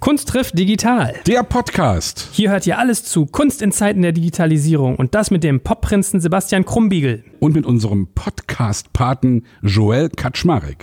Kunst trifft digital. Der Podcast. Hier hört ihr alles zu Kunst in Zeiten der Digitalisierung und das mit dem Popprinzen Sebastian Krumbiegel. Und mit unserem Podcast-Paten Joel Kaczmarek.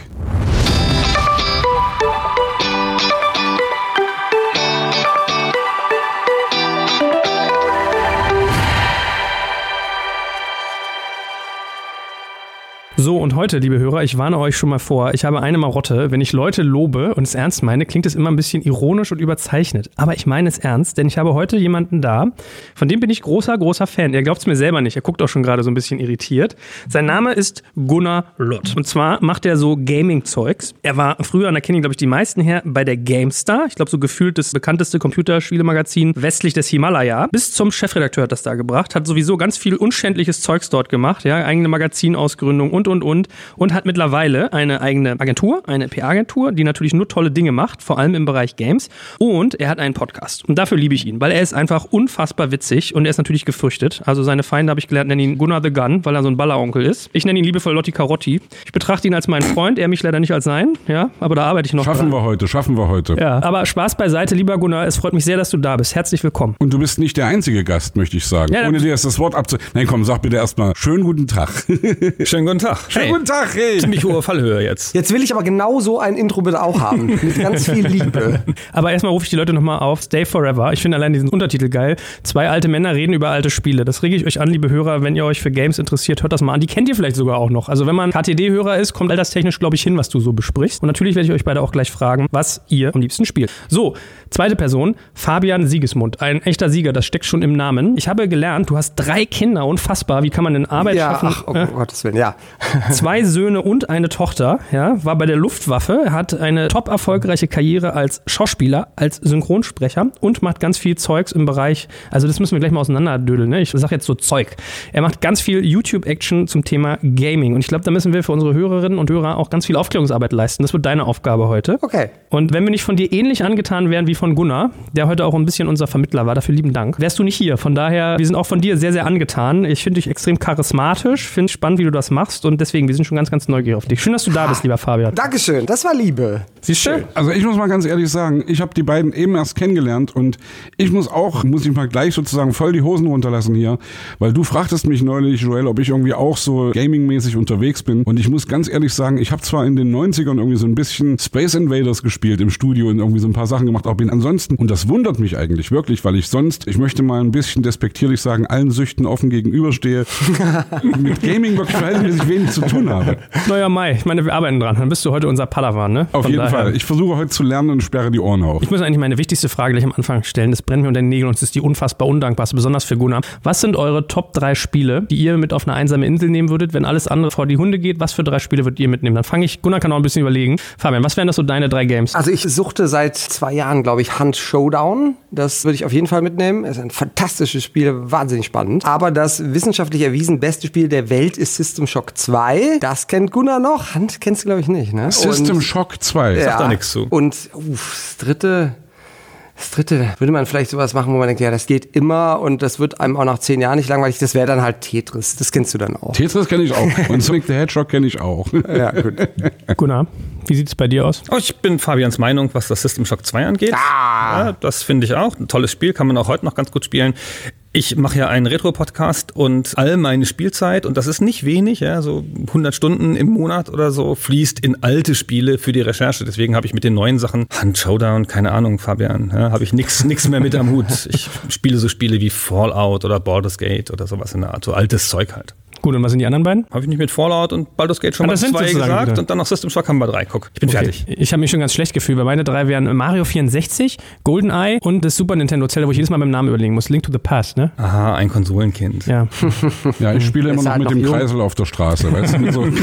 So, und heute, liebe Hörer, ich warne euch schon mal vor, ich habe eine Marotte. Wenn ich Leute lobe und es ernst meine, klingt es immer ein bisschen ironisch und überzeichnet. Aber ich meine es ernst, denn ich habe heute jemanden da, von dem bin ich großer Fan. Ihr glaubt es mir selber nicht, er guckt auch schon gerade so ein bisschen irritiert. Sein Name ist Gunnar Lott. Und zwar macht er so Gaming-Zeugs. Er war früher, und da kennen ihn, glaube ich, die meisten her, bei der GameStar. Ich glaube, so gefühlt das bekannteste Computerspielemagazin westlich des Himalaya. Bis zum Chefredakteur hat das da gebracht. Hat sowieso ganz viel unschändliches Zeugs dort gemacht. Ja, eigene Magazinausgründung und hat mittlerweile eine eigene Agentur, eine PR-Agentur, die natürlich nur tolle Dinge macht, vor allem im Bereich Games. Und er hat einen Podcast. Und dafür liebe ich ihn, weil er ist einfach unfassbar witzig und er ist natürlich gefürchtet. Also seine Feinde, habe ich gelernt, nennen ihn Gunnar the Gun, weil er so ein Balleronkel ist. Ich nenne ihn liebevoll Lotti Carotti. Ich betrachte ihn als meinen Freund, er mich leider nicht als seinen, ja, aber da arbeite ich noch Schaffen wir heute. Ja, aber Spaß beiseite, lieber Gunnar, es freut mich sehr, dass du da bist. Herzlich willkommen. Und du bist nicht der einzige Gast, möchte ich sagen. Ja, ohne dir jetzt das Wort Nein, komm, sag bitte erstmal schönen guten Tag. Schönen guten Tag. Schönen guten Tag, hey. Ziemlich hohe Fallhöhe jetzt. Jetzt will ich aber genau so ein Intro bitte auch haben. Mit ganz viel Liebe. Aber erstmal rufe ich die Leute nochmal auf. Stay Forever. Ich finde allein diesen Untertitel geil. 2 alte Männer reden über alte Spiele. Das rege ich euch an, liebe Hörer. Wenn ihr euch für Games interessiert, hört das mal an. Die kennt ihr vielleicht sogar auch noch. Also wenn man KTD-Hörer ist, kommt alterstechnisch, glaube ich, hin, was du so besprichst. Und natürlich werde ich euch beide auch gleich fragen, was ihr am liebsten spielt. So, zweite Person, Fabian Siegesmund. Ein echter Sieger, das steckt schon im Namen. Ich habe gelernt, du hast 3 Kinder. Unfassbar. Wie kann man denn Arbeit schaffen? Ach, Gottes Willen, ja. 2 Söhne und eine Tochter, ja, war bei der Luftwaffe, hat eine top erfolgreiche Karriere als Schauspieler, als Synchronsprecher und macht ganz viel Zeugs im Bereich, also das müssen wir gleich mal auseinanderdödeln, ne? Ich sag jetzt so Zeug. Er macht ganz viel YouTube-Action zum Thema Gaming und ich glaube, da müssen wir für unsere Hörerinnen und Hörer auch ganz viel Aufklärungsarbeit leisten. Das wird deine Aufgabe heute. Okay. Und wenn wir nicht von dir ähnlich angetan wären wie von Gunnar, der heute auch ein bisschen unser Vermittler war, dafür lieben Dank, wärst du nicht hier. Von daher, wir sind auch von dir sehr, sehr angetan. Ich finde dich extrem charismatisch, finde spannend, wie du das machst und deswegen, wir sind schon ganz neugierig auf dich. Schön, dass du da bist, lieber Fabian. Dankeschön, das war Liebe. Siehst du? Also ich muss mal ganz ehrlich sagen, ich habe die beiden eben erst kennengelernt und ich muss ich mal gleich sozusagen voll die Hosen runterlassen hier, weil du fragtest mich neulich, Joel, ob ich irgendwie auch so gamingmäßig unterwegs bin und ich muss ganz ehrlich sagen, ich habe zwar in den 90ern irgendwie so ein bisschen Space Invaders gespielt im Studio und irgendwie so ein paar Sachen gemacht, auch bin ansonsten, und das wundert mich eigentlich wirklich, weil ich sonst, ich möchte mal ein bisschen despektierlich sagen, allen Süchten offen gegenüberstehe, mit Gaming wirklich verhältnismäßig wenig zu tun habe. Naja, Mai, ich meine, wir arbeiten dran, dann bist du heute unser Padawan, ne? Auf jeden Fall. Ich versuche heute zu lernen und sperre die Ohren auf. Ich muss eigentlich meine wichtigste Frage gleich am Anfang stellen. Das brennt mir unter den Nägeln und es ist die unfassbar undankbarste, besonders für Gunnar. Was sind eure Top 3 Spiele, die ihr mit auf eine einsame Insel nehmen würdet, wenn alles andere vor die Hunde geht? Was für 3 Spiele würdet ihr mitnehmen? Dann fange ich, Gunnar kann auch ein bisschen überlegen. Fabian, was wären das so deine 3 Games? Also ich suchte seit 2 Jahren, glaube ich, Hunt Showdown. Das würde ich auf jeden Fall mitnehmen. Es ist ein fantastisches Spiel, wahnsinnig spannend. Aber das wissenschaftlich erwiesen beste Spiel der Welt ist System Shock 2. Das kennt Gunnar noch. Hunt kennst du, glaube ich, nicht, ne? System Shock 2. Sagt da nichts zu. Und das dritte würde man vielleicht sowas machen, wo man denkt, ja, das geht immer und das wird einem auch nach 10 Jahren nicht langweilig. Das wäre dann halt Tetris. Das kennst du dann auch. Tetris kenne ich auch. Und Sonic the Hedgehog kenne ich auch. Ja, gut. Gunnar, wie sieht es bei dir aus? Oh, ich bin Fabians Meinung, was das System Shock 2 angeht. Ja, das finde ich auch. Ein tolles Spiel, kann man auch heute noch ganz gut spielen. Ich mache ja einen Retro-Podcast und all meine Spielzeit, und das ist nicht wenig, ja, so 100 Stunden im Monat oder so, fließt in alte Spiele für die Recherche. Deswegen habe ich mit den neuen Sachen, Hunt Showdown, keine Ahnung, Fabian, ja, habe ich nix mehr mit am Hut. Ich spiele so Spiele wie Fallout oder Baldur's Gate oder sowas in der Art, so altes Zeug halt. Gut, und was sind die anderen beiden? Habe ich nicht mit Fallout und Baldur's Gate schon mal 2 gesagt wieder. Und dann noch System Shock haben wir 3. Guck, ich bin fertig. Ich habe mich schon ganz schlecht gefühlt, weil meine 3 wären Mario 64, GoldenEye und das Super Nintendo Zelda, wo ich jedes Mal beim Namen überlegen muss. Link to the Past, ne? Aha, ein Konsolenkind. Ja. Ja, ich spiele immer noch mit dem Kreisel auf der Straße, weißt du? So.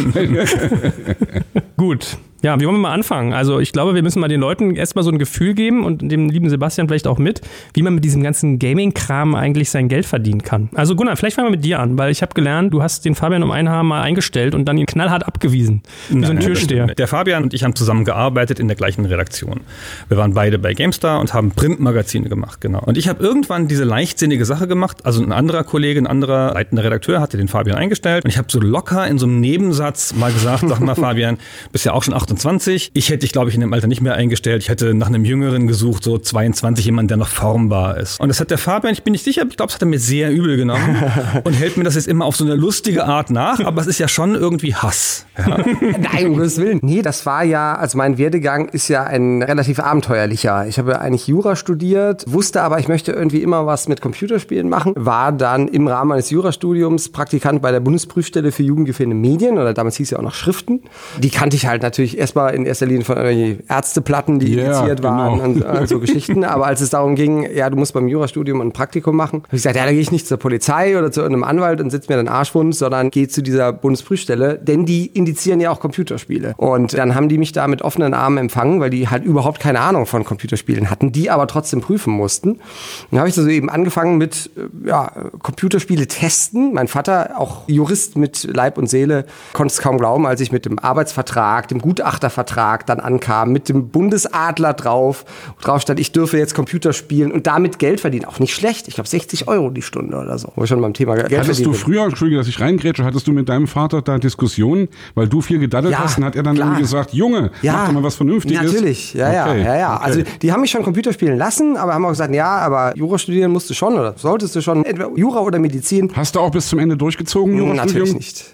Gut. Ja, wie wollen wir mal anfangen? Also ich glaube, wir müssen mal den Leuten erstmal so ein Gefühl geben und dem lieben Sebastian vielleicht auch mit, wie man mit diesem ganzen Gaming-Kram eigentlich sein Geld verdienen kann. Also Gunnar, vielleicht fangen wir mit dir an, weil ich habe gelernt, du hast den Fabian um ein Haar mal eingestellt und dann ihn knallhart abgewiesen. Wie so ein Türsteher. Der Fabian und ich haben zusammen gearbeitet in der gleichen Redaktion. Wir waren beide bei GameStar und haben Printmagazine gemacht, genau. Und ich habe irgendwann diese leichtsinnige Sache gemacht, also ein anderer Kollege, ein anderer leitender Redakteur hatte den Fabian eingestellt und ich habe so locker in so einem Nebensatz mal gesagt, sag mal Fabian, bist ja auch schon 28 28. Ich hätte dich, glaube ich, in dem Alter nicht mehr eingestellt. Ich hätte nach einem Jüngeren gesucht, so 22, jemand, der noch formbar ist. Und das hat der Fabian, ich bin nicht sicher, ich glaube, das hat er mir sehr übel genommen und hält mir das jetzt immer auf so eine lustige Art nach, aber es ist ja schon irgendwie Hass. Ja. Nein, um Gottes Willen. Nee, das war ja, also mein Werdegang ist ja ein relativ abenteuerlicher. Ich habe eigentlich Jura studiert, wusste aber, ich möchte irgendwie immer was mit Computerspielen machen, war dann im Rahmen meines Jurastudiums Praktikant bei der Bundesprüfstelle für jugendgefährdende Medien, oder damals hieß ja auch noch Schriften. Die kannte ich halt natürlich erstmal in erster Linie von Ärzteplatten, die indiziert waren und so Geschichten. Aber als es darum ging, ja, du musst beim Jurastudium ein Praktikum machen, habe ich gesagt, ja, da gehe ich nicht zur Polizei oder zu irgendeinem Anwalt und sitze mir den Arschwund, sondern gehe zu dieser Bundesprüfstelle, denn die indizieren ja auch Computerspiele. Und dann haben die mich da mit offenen Armen empfangen, weil die halt überhaupt keine Ahnung von Computerspielen hatten, die aber trotzdem prüfen mussten. Dann habe ich so eben angefangen mit Computerspiele testen. Mein Vater, auch Jurist mit Leib und Seele, konnte es kaum glauben, als ich mit dem Arbeitsvertrag, dem Gutachtervertrag dann ankam, mit dem Bundesadler drauf stand, ich dürfe jetzt Computer spielen und damit Geld verdienen. Auch nicht schlecht. Ich glaube 60 € die Stunde oder so. Wo ich schon beim Thema Geld hattest du früher, Entschuldige, dass ich reingrätsche, hattest du mit deinem Vater da Diskussionen, weil du viel gedaddelt hast und hat er dann irgendwie gesagt, Junge, mach doch mal was Vernünftiges. Natürlich, ja. Also die haben mich schon Computer spielen lassen, aber haben auch gesagt, ja, aber Jura studieren musst du schon oder solltest du schon, entweder Jura oder Medizin. Hast du auch bis zum Ende durchgezogen, Jurastudium? Natürlich nicht.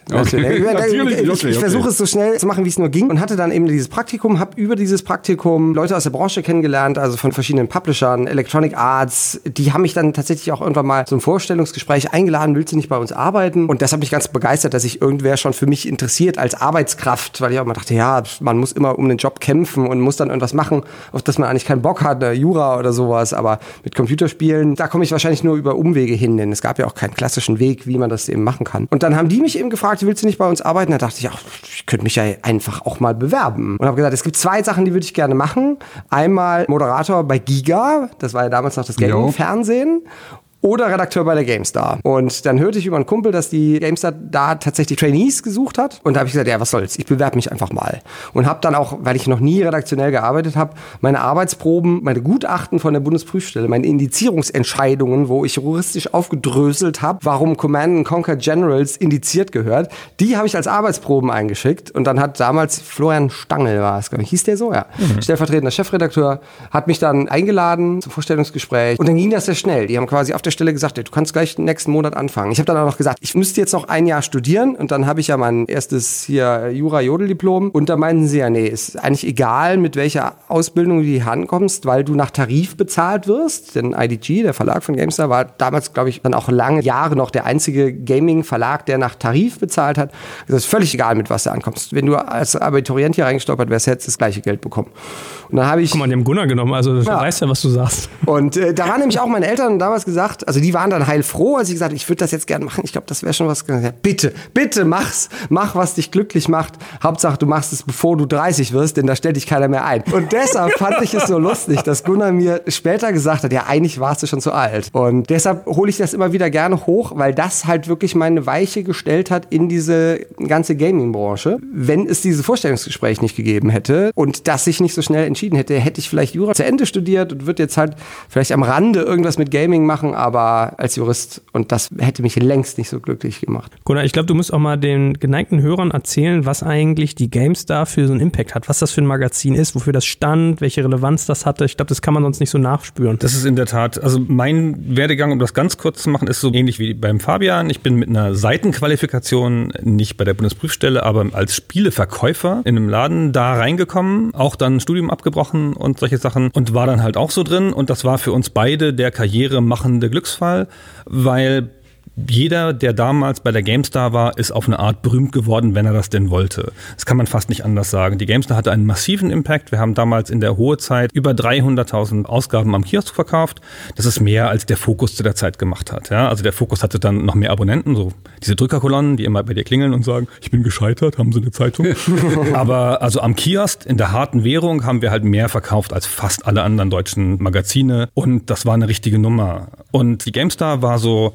Okay. Ich versuche es so schnell zu machen, wie es nur ging und hatte dann eben dieses Praktikum, habe über dieses Praktikum Leute aus der Branche kennengelernt, also von verschiedenen Publishern, Electronic Arts, die haben mich dann tatsächlich auch irgendwann mal so ein Vorstellungsgespräch eingeladen, willst du nicht bei uns arbeiten? Und das hat mich ganz begeistert, dass sich irgendwer schon für mich interessiert als Arbeitskraft, weil ich auch immer dachte, ja, man muss immer um den Job kämpfen und muss dann irgendwas machen, auf das man eigentlich keinen Bock hat, Jura oder sowas, aber mit Computerspielen, da komme ich wahrscheinlich nur über Umwege hin, denn es gab ja auch keinen klassischen Weg, wie man das eben machen kann. Und dann haben die mich eben gefragt, willst du nicht bei uns arbeiten? Da dachte ich, ach, ich könnte mich ja einfach auch mal bewerben. Und habe gesagt, es gibt 2 Sachen, die würde ich gerne machen. Einmal Moderator bei Giga, das war ja damals noch das Gaming-Fernsehen. Oder Redakteur bei der GameStar. Und dann hörte ich über einen Kumpel, dass die GameStar da tatsächlich Trainees gesucht hat. Und da habe ich gesagt, ja, was soll's, ich bewerbe mich einfach mal. Und habe dann auch, weil ich noch nie redaktionell gearbeitet habe, meine Arbeitsproben, meine Gutachten von der Bundesprüfstelle, meine Indizierungsentscheidungen, wo ich juristisch aufgedröselt habe, warum Command & Conquer Generals indiziert gehört, die habe ich als Arbeitsproben eingeschickt. Und dann hat damals Florian Stangl, war es, glaube ich, hieß der so? Ja. Stellvertretender Chefredakteur, hat mich dann eingeladen zum Vorstellungsgespräch. Und dann ging das sehr schnell. Die haben quasi auf der Stelle gesagt, du kannst gleich nächsten Monat anfangen. Ich habe dann auch noch gesagt, ich müsste jetzt noch ein Jahr studieren und dann habe ich ja mein erstes hier Jura-Jodel-Diplom und da meinten sie ja, nee, ist eigentlich egal, mit welcher Ausbildung du hier ankommst, weil du nach Tarif bezahlt wirst, denn IDG, der Verlag von GameStar, war damals, glaube ich, dann auch lange Jahre noch der einzige Gaming-Verlag, der nach Tarif bezahlt hat. Das ist völlig egal, mit was du ankommst. Wenn du als Abiturient hier reingestolpert wärst, hättest du das gleiche Geld bekommen. Und dann habe ich... Guck mal, die haben Gunnar genommen, also du weißt ja, was du sagst. Und da waren nämlich auch meine Eltern damals gesagt, also die waren dann heilfroh, als ich gesagt habe, ich würde das jetzt gerne machen. Ich glaube, das wäre schon was. Ja, bitte mach's. Mach, was dich glücklich macht. Hauptsache, du machst es, bevor du 30 wirst, denn da stellt dich keiner mehr ein. Und deshalb fand ich es so lustig, dass Gunnar mir später gesagt hat, ja, eigentlich warst du schon zu alt. Und deshalb hole ich das immer wieder gerne hoch, weil das halt wirklich meine Weiche gestellt hat in diese ganze Gaming-Branche. Wenn es dieses Vorstellungsgespräch nicht gegeben hätte und das sich nicht so schnell entschieden hätte, hätte ich vielleicht Jura zu Ende studiert und würde jetzt halt vielleicht am Rande irgendwas mit Gaming machen, aber als Jurist, und das hätte mich längst nicht so glücklich gemacht. Gunnar, ich glaube, du musst auch mal den geneigten Hörern erzählen, was eigentlich die GameStar für so einen Impact hat, was das für ein Magazin ist, wofür das stand, welche Relevanz das hatte. Ich glaube, das kann man sonst nicht so nachspüren. Das ist in der Tat, also mein Werdegang, um das ganz kurz zu machen, ist so ähnlich wie beim Fabian. Ich bin mit einer Seitenqualifikation nicht bei der Bundesprüfstelle, aber als Spieleverkäufer in einem Laden da reingekommen, auch dann ein Studium abgebrochen und solche Sachen und war dann halt auch so drin und das war für uns beide der karrieremachende Glücksfall, weil jeder, der damals bei der GameStar war, ist auf eine Art berühmt geworden, wenn er das denn wollte. Das kann man fast nicht anders sagen. Die GameStar hatte einen massiven Impact. Wir haben damals in der Hohe-Zeit über 300.000 Ausgaben am Kiosk verkauft. Das ist mehr, als der Fokus zu der Zeit gemacht hat. Ja, also der Fokus hatte dann noch mehr Abonnenten, so diese Drückerkolonnen, die immer bei dir klingeln und sagen, ich bin gescheitert, haben Sie eine Zeitung? Aber also am Kiosk, in der harten Währung, haben wir halt mehr verkauft als fast alle anderen deutschen Magazine. Und das war eine richtige Nummer. Und die GameStar war so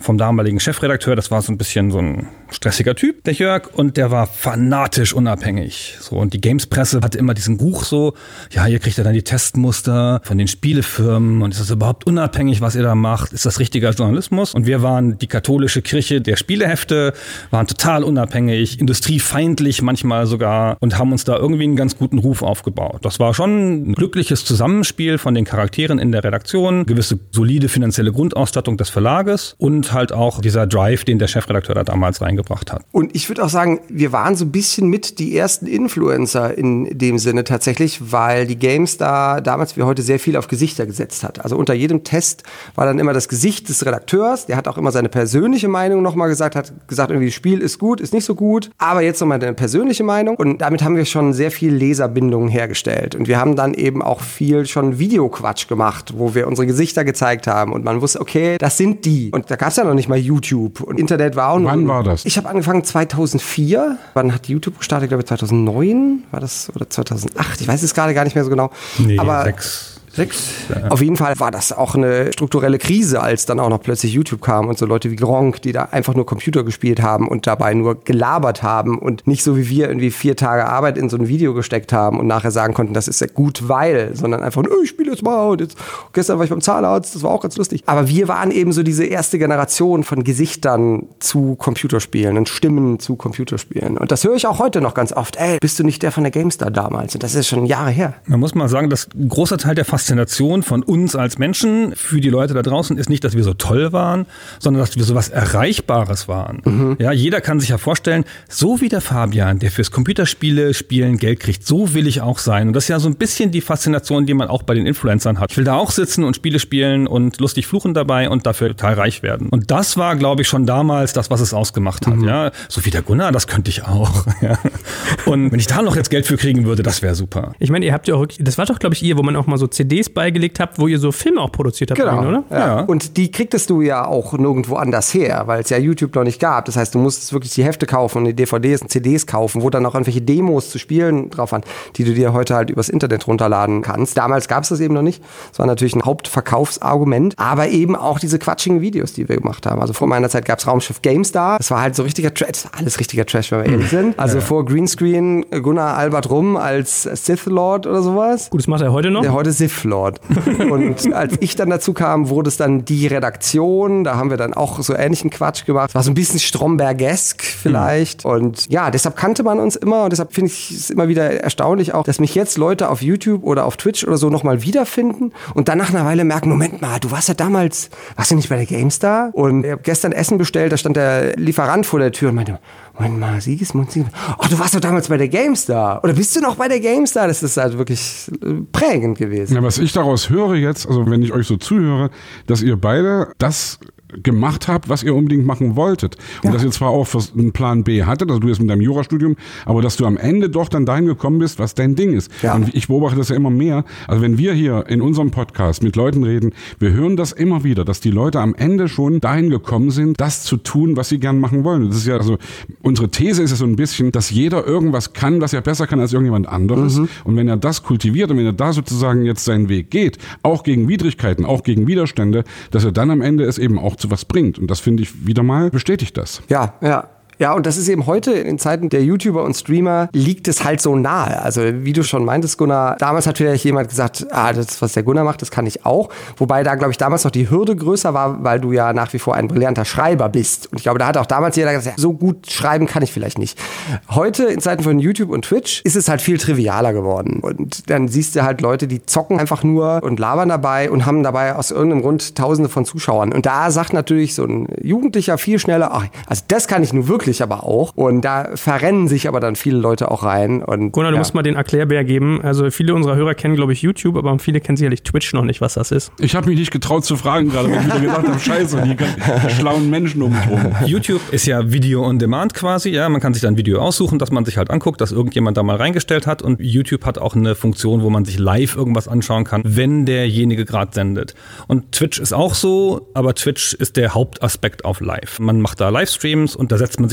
vom damaligen Chefredakteur. Das war so ein bisschen so ein stressiger Typ, der Jörg, und der war fanatisch unabhängig. So, und die Games-Presse hatte immer diesen Buch so, ja, hier kriegt ihr dann die Testmuster von den Spielefirmen und ist das überhaupt unabhängig, was ihr da macht? Ist das richtiger Journalismus? Und wir waren die katholische Kirche der Spielehefte, waren total unabhängig, industriefeindlich manchmal sogar und haben uns da irgendwie einen ganz guten Ruf aufgebaut. Das war schon ein glückliches Zusammenspiel von den Charakteren in der Redaktion, gewisse solide finanzielle Grundausstattung des Verlages und halt auch dieser Drive, den der Chefredakteur da damals reingebracht hat. Und ich würde auch sagen, wir waren so ein bisschen mit die ersten Influencer in dem Sinne tatsächlich, weil die GameStar damals wie heute sehr viel auf Gesichter gesetzt hat. Also unter jedem Test war dann immer das Gesicht des Redakteurs, der hat auch immer seine persönliche Meinung nochmal gesagt, hat gesagt, irgendwie das Spiel ist gut, ist nicht so gut, aber jetzt nochmal eine persönliche Meinung und damit haben wir schon sehr viel Leserbindungen hergestellt und wir haben dann eben auch viel schon Videoquatsch gemacht, wo wir unsere Gesichter gezeigt haben und man wusste, okay, das sind die. Und da gab es ja noch nicht mal YouTube und Internet war auch noch. Wann war das? Ich habe angefangen 2004. Wann hat YouTube gestartet? Ich glaube 2009 war das oder 2008. Ich weiß es gerade gar nicht mehr so genau. Nee, aber 6. Ja. Auf jeden Fall war das auch eine strukturelle Krise, als dann auch noch plötzlich YouTube kam und so Leute wie Gronk, die da einfach nur Computer gespielt haben und dabei nur gelabert haben und nicht so wie wir irgendwie 4 Tage Arbeit in so ein Video gesteckt haben und nachher sagen konnten, das ist ja gut, weil, sondern einfach, ich spiele jetzt mal und jetzt, gestern war ich beim Zahnarzt, das war auch ganz lustig. Aber wir waren eben so diese erste Generation von Gesichtern zu Computerspielen und Stimmen zu Computerspielen. Und das höre ich auch heute noch ganz oft. Ey, bist du nicht der von der GameStar damals? Und das ist schon Jahre her. Man muss mal sagen, dass ein großer Teil der Faszination von uns als Menschen für die Leute da draußen ist nicht, dass wir so toll waren, sondern dass wir so was Erreichbares waren. Mhm. Ja, jeder kann sich ja vorstellen, so wie der Fabian, der fürs Computerspiele spielen Geld kriegt, so will ich auch sein. Und das ist ja so ein bisschen die Faszination, die man auch bei den Influencern hat. Ich will da auch sitzen und Spiele spielen und lustig fluchen dabei und dafür total reich werden. Und das war, glaube ich, schon damals das, was es ausgemacht hat. Mhm. Ja, so wie der Gunnar, das könnte ich auch. Ja. Und wenn ich da noch jetzt Geld für kriegen würde, das wäre super. Ich meine, ihr habt ja auch, das war doch, glaube ich, wo man auch mal so CDs beigelegt habt, wo ihr so Filme auch produziert habt, genau, oder? Ja. Und die kriegtest du ja auch nirgendwo anders her, weil es ja YouTube noch nicht gab. Das heißt, du musstest wirklich die Hefte kaufen und die DVDs und CDs kaufen, wo dann auch irgendwelche Demos zu spielen drauf waren, die du dir heute halt übers Internet runterladen kannst. Damals gab es das eben noch nicht. Das war natürlich ein Hauptverkaufsargument, aber eben auch diese quatschigen Videos, die wir gemacht haben. Also vor meiner Zeit gab es Raumschiff GameStar. Das war halt so richtiger Trash, das war alles richtiger Trash, wenn wir ehrlich sind. Also vor Greenscreen Gunnar Albert Rum als Sith Lord oder sowas. Gut, das macht er heute noch. Der heute Sith Lord. Und als ich dann dazu kam, wurde es dann die Redaktion. Da haben wir dann auch so ähnlichen Quatsch gemacht. War so ein bisschen Strombergesk vielleicht. Und ja, deshalb kannte man uns immer. Und deshalb finde ich es immer wieder erstaunlich auch, dass mich jetzt Leute auf YouTube oder auf Twitch oder so nochmal wiederfinden und dann nach einer Weile merken, Moment mal, du warst ja damals, warst du nicht bei der GameStar? Und ich habe gestern Essen bestellt, da stand der Lieferant vor der Tür und meinte, Moment mal, Sigismund, oh, du warst doch damals bei der GameStar. Oder bist du noch bei der GameStar? Das ist also wirklich prägend gewesen. Ja, was ich daraus höre jetzt, also wenn ich euch so zuhöre, dass ihr beide das gemacht habt, was ihr unbedingt machen wolltet. Und dass ihr zwar auch einen Plan B hattet, also du jetzt mit deinem Jurastudium, aber dass du am Ende doch dann dahin gekommen bist, was dein Ding ist. Ja. Und ich beobachte das ja immer mehr. Also wenn wir hier in unserem Podcast mit Leuten reden, wir hören das immer wieder, dass die Leute am Ende schon dahin gekommen sind, das zu tun, was sie gern machen wollen. Das ist ja, also unsere These ist ja so ein bisschen, dass jeder irgendwas kann, was er besser kann als irgendjemand anderes. Mhm. Und wenn er das kultiviert und wenn er da sozusagen jetzt seinen Weg geht, auch gegen Widrigkeiten, auch gegen Widerstände, dass er dann am Ende es eben auch zu was bringt. Und das finde ich wieder mal bestätigt das. Ja, ja. Ja, und das ist eben heute in Zeiten der YouTuber und Streamer liegt es halt so nahe. Also wie du schon meintest, Gunnar, damals hat vielleicht jemand gesagt, das, was der Gunnar macht, das kann ich auch. Wobei da, glaube ich, damals noch die Hürde größer war, weil du ja nach wie vor ein brillanter Schreiber bist. Und ich glaube, da hat auch damals jeder gesagt, so gut schreiben kann ich vielleicht nicht. Heute, in Zeiten von YouTube und Twitch, ist es halt viel trivialer geworden. Und dann siehst du halt Leute, die zocken einfach nur und labern dabei und haben dabei aus irgendeinem Grund Tausende von Zuschauern. Und da sagt natürlich so ein Jugendlicher viel schneller, also das kann ich nur wirklich aber auch. Und da verrennen sich aber dann viele Leute auch rein. Und, Gunnar, du musst mal den Erklärbär geben. Also viele unserer Hörer kennen, glaube ich, YouTube, aber viele kennen sicherlich Twitch noch nicht, was das ist. Ich habe mich nicht getraut zu fragen gerade, weil ich wieder gedacht habe, scheiße, die schlauen Menschen um mich rum. YouTube ist ja Video on Demand quasi. Ja, man kann sich da ein Video aussuchen, das man sich halt anguckt, das irgendjemand da mal reingestellt hat. Und YouTube hat auch eine Funktion, wo man sich live irgendwas anschauen kann, wenn derjenige gerade sendet. Und Twitch ist auch so, aber Twitch ist der Hauptaspekt auf live. Man macht da Livestreams und da setzt man sich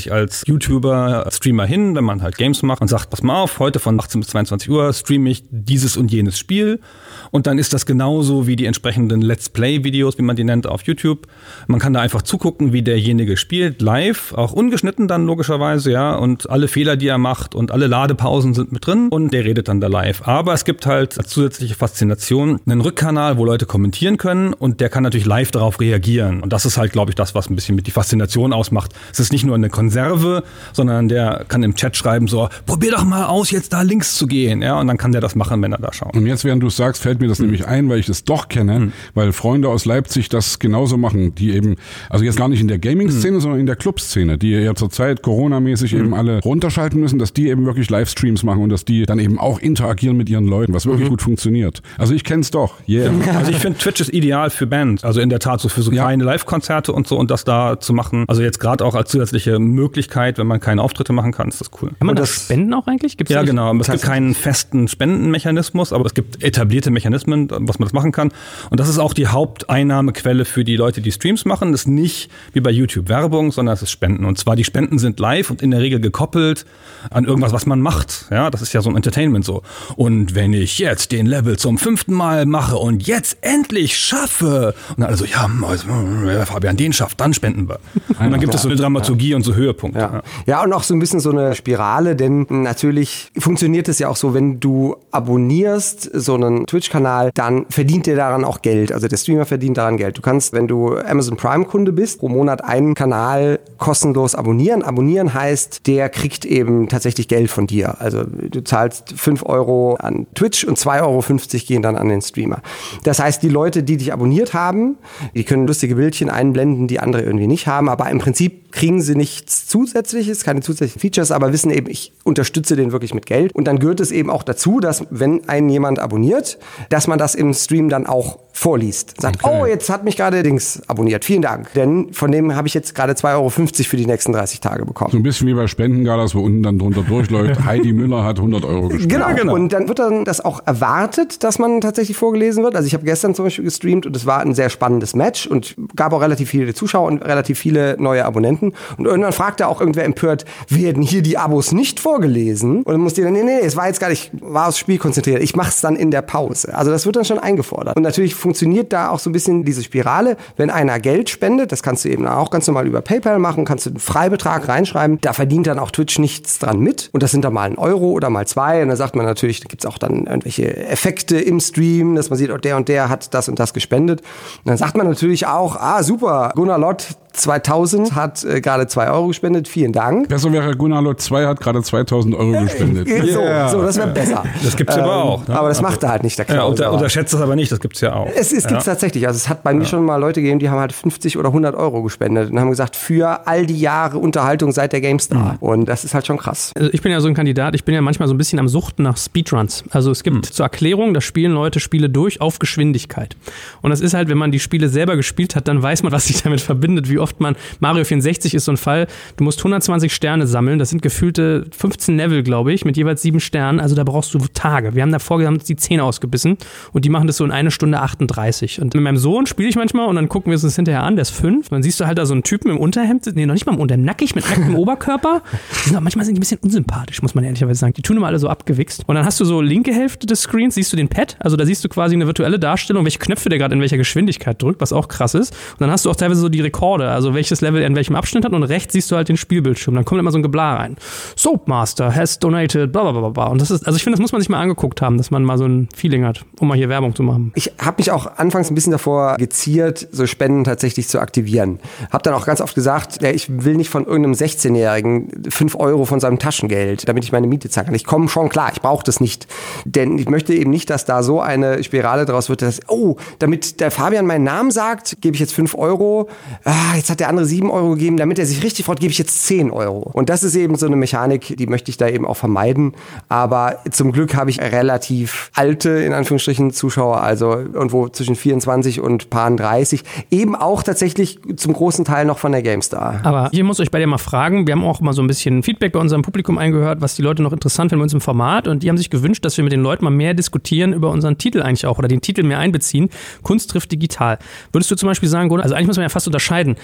sich als YouTuber, als Streamer hin, wenn man halt Games macht und sagt, pass mal auf, heute von 18 bis 22 Uhr streame ich dieses und jenes Spiel. Und dann ist das genauso wie die entsprechenden Let's Play-Videos, wie man die nennt, auf YouTube. Man kann da einfach zugucken, wie derjenige spielt, live, auch ungeschnitten dann logischerweise, ja, und alle Fehler, die er macht und alle Ladepausen sind mit drin und der redet dann da live. Aber es gibt halt als zusätzliche Faszination einen Rückkanal, wo Leute kommentieren können und der kann natürlich live darauf reagieren. Und das ist halt, glaube ich, das, was ein bisschen mit die Faszination ausmacht. Es ist nicht nur eine Konserve, sondern der kann im Chat schreiben so, probier doch mal aus, jetzt da links zu gehen, ja, und dann kann der das machen, wenn er da schaut. Und jetzt, während du es sagst, fällt mir das nämlich ein, weil ich das doch kenne, weil Freunde aus Leipzig das genauso machen, die eben, also jetzt gar nicht in der Gaming-Szene, sondern in der Club-Szene, die ja zurzeit Corona-mäßig eben alle runterschalten müssen, dass die eben wirklich Livestreams machen und dass die dann eben auch interagieren mit ihren Leuten, was wirklich gut funktioniert. Also ich kenn's doch, yeah. Also ich finde, Twitch ist ideal für Bands, also in der Tat so für so kleine Live-Konzerte und so und das da zu machen, also jetzt gerade auch als zusätzliche Möglichkeit, wenn man keine Auftritte machen kann, ist das cool. Kann man das spenden auch eigentlich? Gibt's ja, genau. Es gibt keinen festen Spendenmechanismus, aber es gibt etablierte Mechanismen, was man das machen kann. Und das ist auch die Haupteinnahmequelle für die Leute, die Streams machen. Das ist nicht wie bei YouTube Werbung, sondern es ist Spenden. Und zwar die Spenden sind live und in der Regel gekoppelt an irgendwas, was man macht. Ja, das ist ja so ein Entertainment so. Und wenn ich jetzt den Level zum 5. Mal mache und jetzt endlich schaffe, und dann also, ja, wenn Fabian den schafft, dann spenden wir. Und dann gibt es so eine Dramaturgie und so Höhepunkte. Ja, und auch so ein bisschen so eine Spirale, denn natürlich funktioniert es ja auch so, wenn du abonnierst so einen Twitch-Kanal, dann verdient der daran auch Geld. Also der Streamer verdient daran Geld. Du kannst, wenn du Amazon Prime-Kunde bist, pro Monat einen Kanal kostenlos abonnieren. Abonnieren heißt, der kriegt eben tatsächlich Geld von dir. Also du zahlst 5 Euro an Twitch und 2,50 Euro gehen dann an den Streamer. Das heißt, die Leute, die dich abonniert haben, die können lustige Bildchen einblenden, die andere irgendwie nicht haben, aber im Prinzip kriegen sie nichts Zusätzliches, keine zusätzlichen Features, aber wissen eben, ich unterstütze den wirklich mit Geld. Und dann gehört es eben auch dazu, dass wenn einen jemand abonniert, dass man das im Stream dann auch vorliest. Sagt, okay. Oh, jetzt hat mich gerade Dings abonniert. Vielen Dank. Denn von dem habe ich jetzt gerade 2,50 Euro für die nächsten 30 Tage bekommen. So ein bisschen wie bei Spendengalas, wo unten dann drunter durchläuft, Heidi Müller hat 100 Euro gespendet. Genau. Und dann wird dann das auch erwartet, dass man tatsächlich vorgelesen wird. Also ich habe gestern zum Beispiel gestreamt und es war ein sehr spannendes Match und gab auch relativ viele Zuschauer und relativ viele neue Abonnenten. Und irgendwann fragte auch irgendwer empört, werden hier die Abos nicht vorgelesen? Und dann musste ich dann, nee, es war jetzt gar nicht, war aufs Spiel konzentriert. Ich mache es dann in der Pause. Also das wird dann schon eingefordert. Und natürlich funktioniert da auch so ein bisschen diese Spirale. Wenn einer Geld spendet, das kannst du eben auch ganz normal über PayPal machen, kannst du einen Freibetrag reinschreiben. Da verdient dann auch Twitch nichts dran mit. Und das sind dann mal 1 Euro oder mal 2. Und da sagt man natürlich, da gibt's auch dann irgendwelche Effekte im Stream, dass man sieht, oh, der und der hat das und das gespendet. Und dann sagt man natürlich auch, super, Gunnar Lott 2000 hat gerade 2 Euro gespendet, vielen Dank. Besser wäre, Gunnar Lott 2 hat gerade 2000 Euro gespendet. So, das wäre besser. Das gibt's aber auch. Ne? Aber das macht er halt nicht, der Klaus. Ja, unterschätzt das aber nicht, das gibt's ja auch. Es gibt's tatsächlich. Also es hat bei mir schon mal Leute gegeben, die haben halt 50 oder 100 Euro gespendet und haben gesagt, für all die Jahre Unterhaltung seit der GameStar. Und das ist halt schon krass. Also ich bin ja so ein Kandidat, ich bin ja manchmal so ein bisschen am Suchten nach Speedruns. Also es gibt zur Erklärung, da spielen Leute Spiele durch auf Geschwindigkeit. Und das ist halt, wenn man die Spiele selber gespielt hat, dann weiß man, was sich damit verbindet, wie oft man Mario 64 ist so ein Fall, du musst 120 Sterne sammeln, das sind gefühlte 15 Level, glaube ich, mit jeweils 7 Sternen, also da brauchst du Tage. Wir haben davor haben uns die Zähne ausgebissen und die machen das so in 1 Stunde 38. Und mit meinem Sohn spiele ich manchmal und dann gucken wir uns das hinterher an, der ist 5, und dann siehst du halt da so einen Typen im Unterhemd, nee, noch nicht mal im Unterhemd, nackig, mit nacktem Oberkörper. Manchmal sind die ein bisschen unsympathisch, muss man ehrlicherweise sagen. Die tun immer alle so abgewichst. Und dann hast du so linke Hälfte des Screens, siehst du den Pad, also da siehst du quasi eine virtuelle Darstellung, welche Knöpfe der gerade in welcher Geschwindigkeit drückt, was auch krass ist. Und dann hast du auch teilweise so die Rekorde, also welches Level er in welchem Abschnitt hat und rechts siehst du halt den Spielbildschirm. Dann kommt immer so ein Geblar rein. Soapmaster has donated, bla bla bla bla. Und das ist, also ich finde, das muss man sich mal angeguckt haben, dass man mal so ein Feeling hat, um mal hier Werbung zu machen. Ich habe mich auch anfangs ein bisschen davor geziert, so Spenden tatsächlich zu aktivieren. Hab dann auch ganz oft gesagt, ja, ich will nicht von irgendeinem 16-Jährigen 5 Euro von seinem Taschengeld, damit ich meine Miete zahlen kann. Ich komme schon klar, ich brauche das nicht. Denn ich möchte eben nicht, dass da so eine Spirale draus wird, dass, damit der Fabian meinen Namen sagt, gebe ich jetzt 5 Euro. Jetzt hat der andere 7 Euro gegeben, damit er sich richtig freut, gebe ich jetzt 10 Euro. Und das ist eben so eine Mechanik, die möchte ich da eben auch vermeiden. Aber zum Glück habe ich relativ alte, in Anführungsstrichen, Zuschauer, also irgendwo zwischen 24 und paar 30, eben auch tatsächlich zum großen Teil noch von der GameStar. Aber ich muss euch bei dir mal fragen, wir haben auch mal so ein bisschen Feedback bei unserem Publikum eingehört, was die Leute noch interessant finden bei uns im Format, und die haben sich gewünscht, dass wir mit den Leuten mal mehr diskutieren über unseren Titel eigentlich auch, oder den Titel mehr einbeziehen. Kunst trifft digital. Würdest du zum Beispiel sagen, Gunnar, also eigentlich muss man ja fast unterscheiden,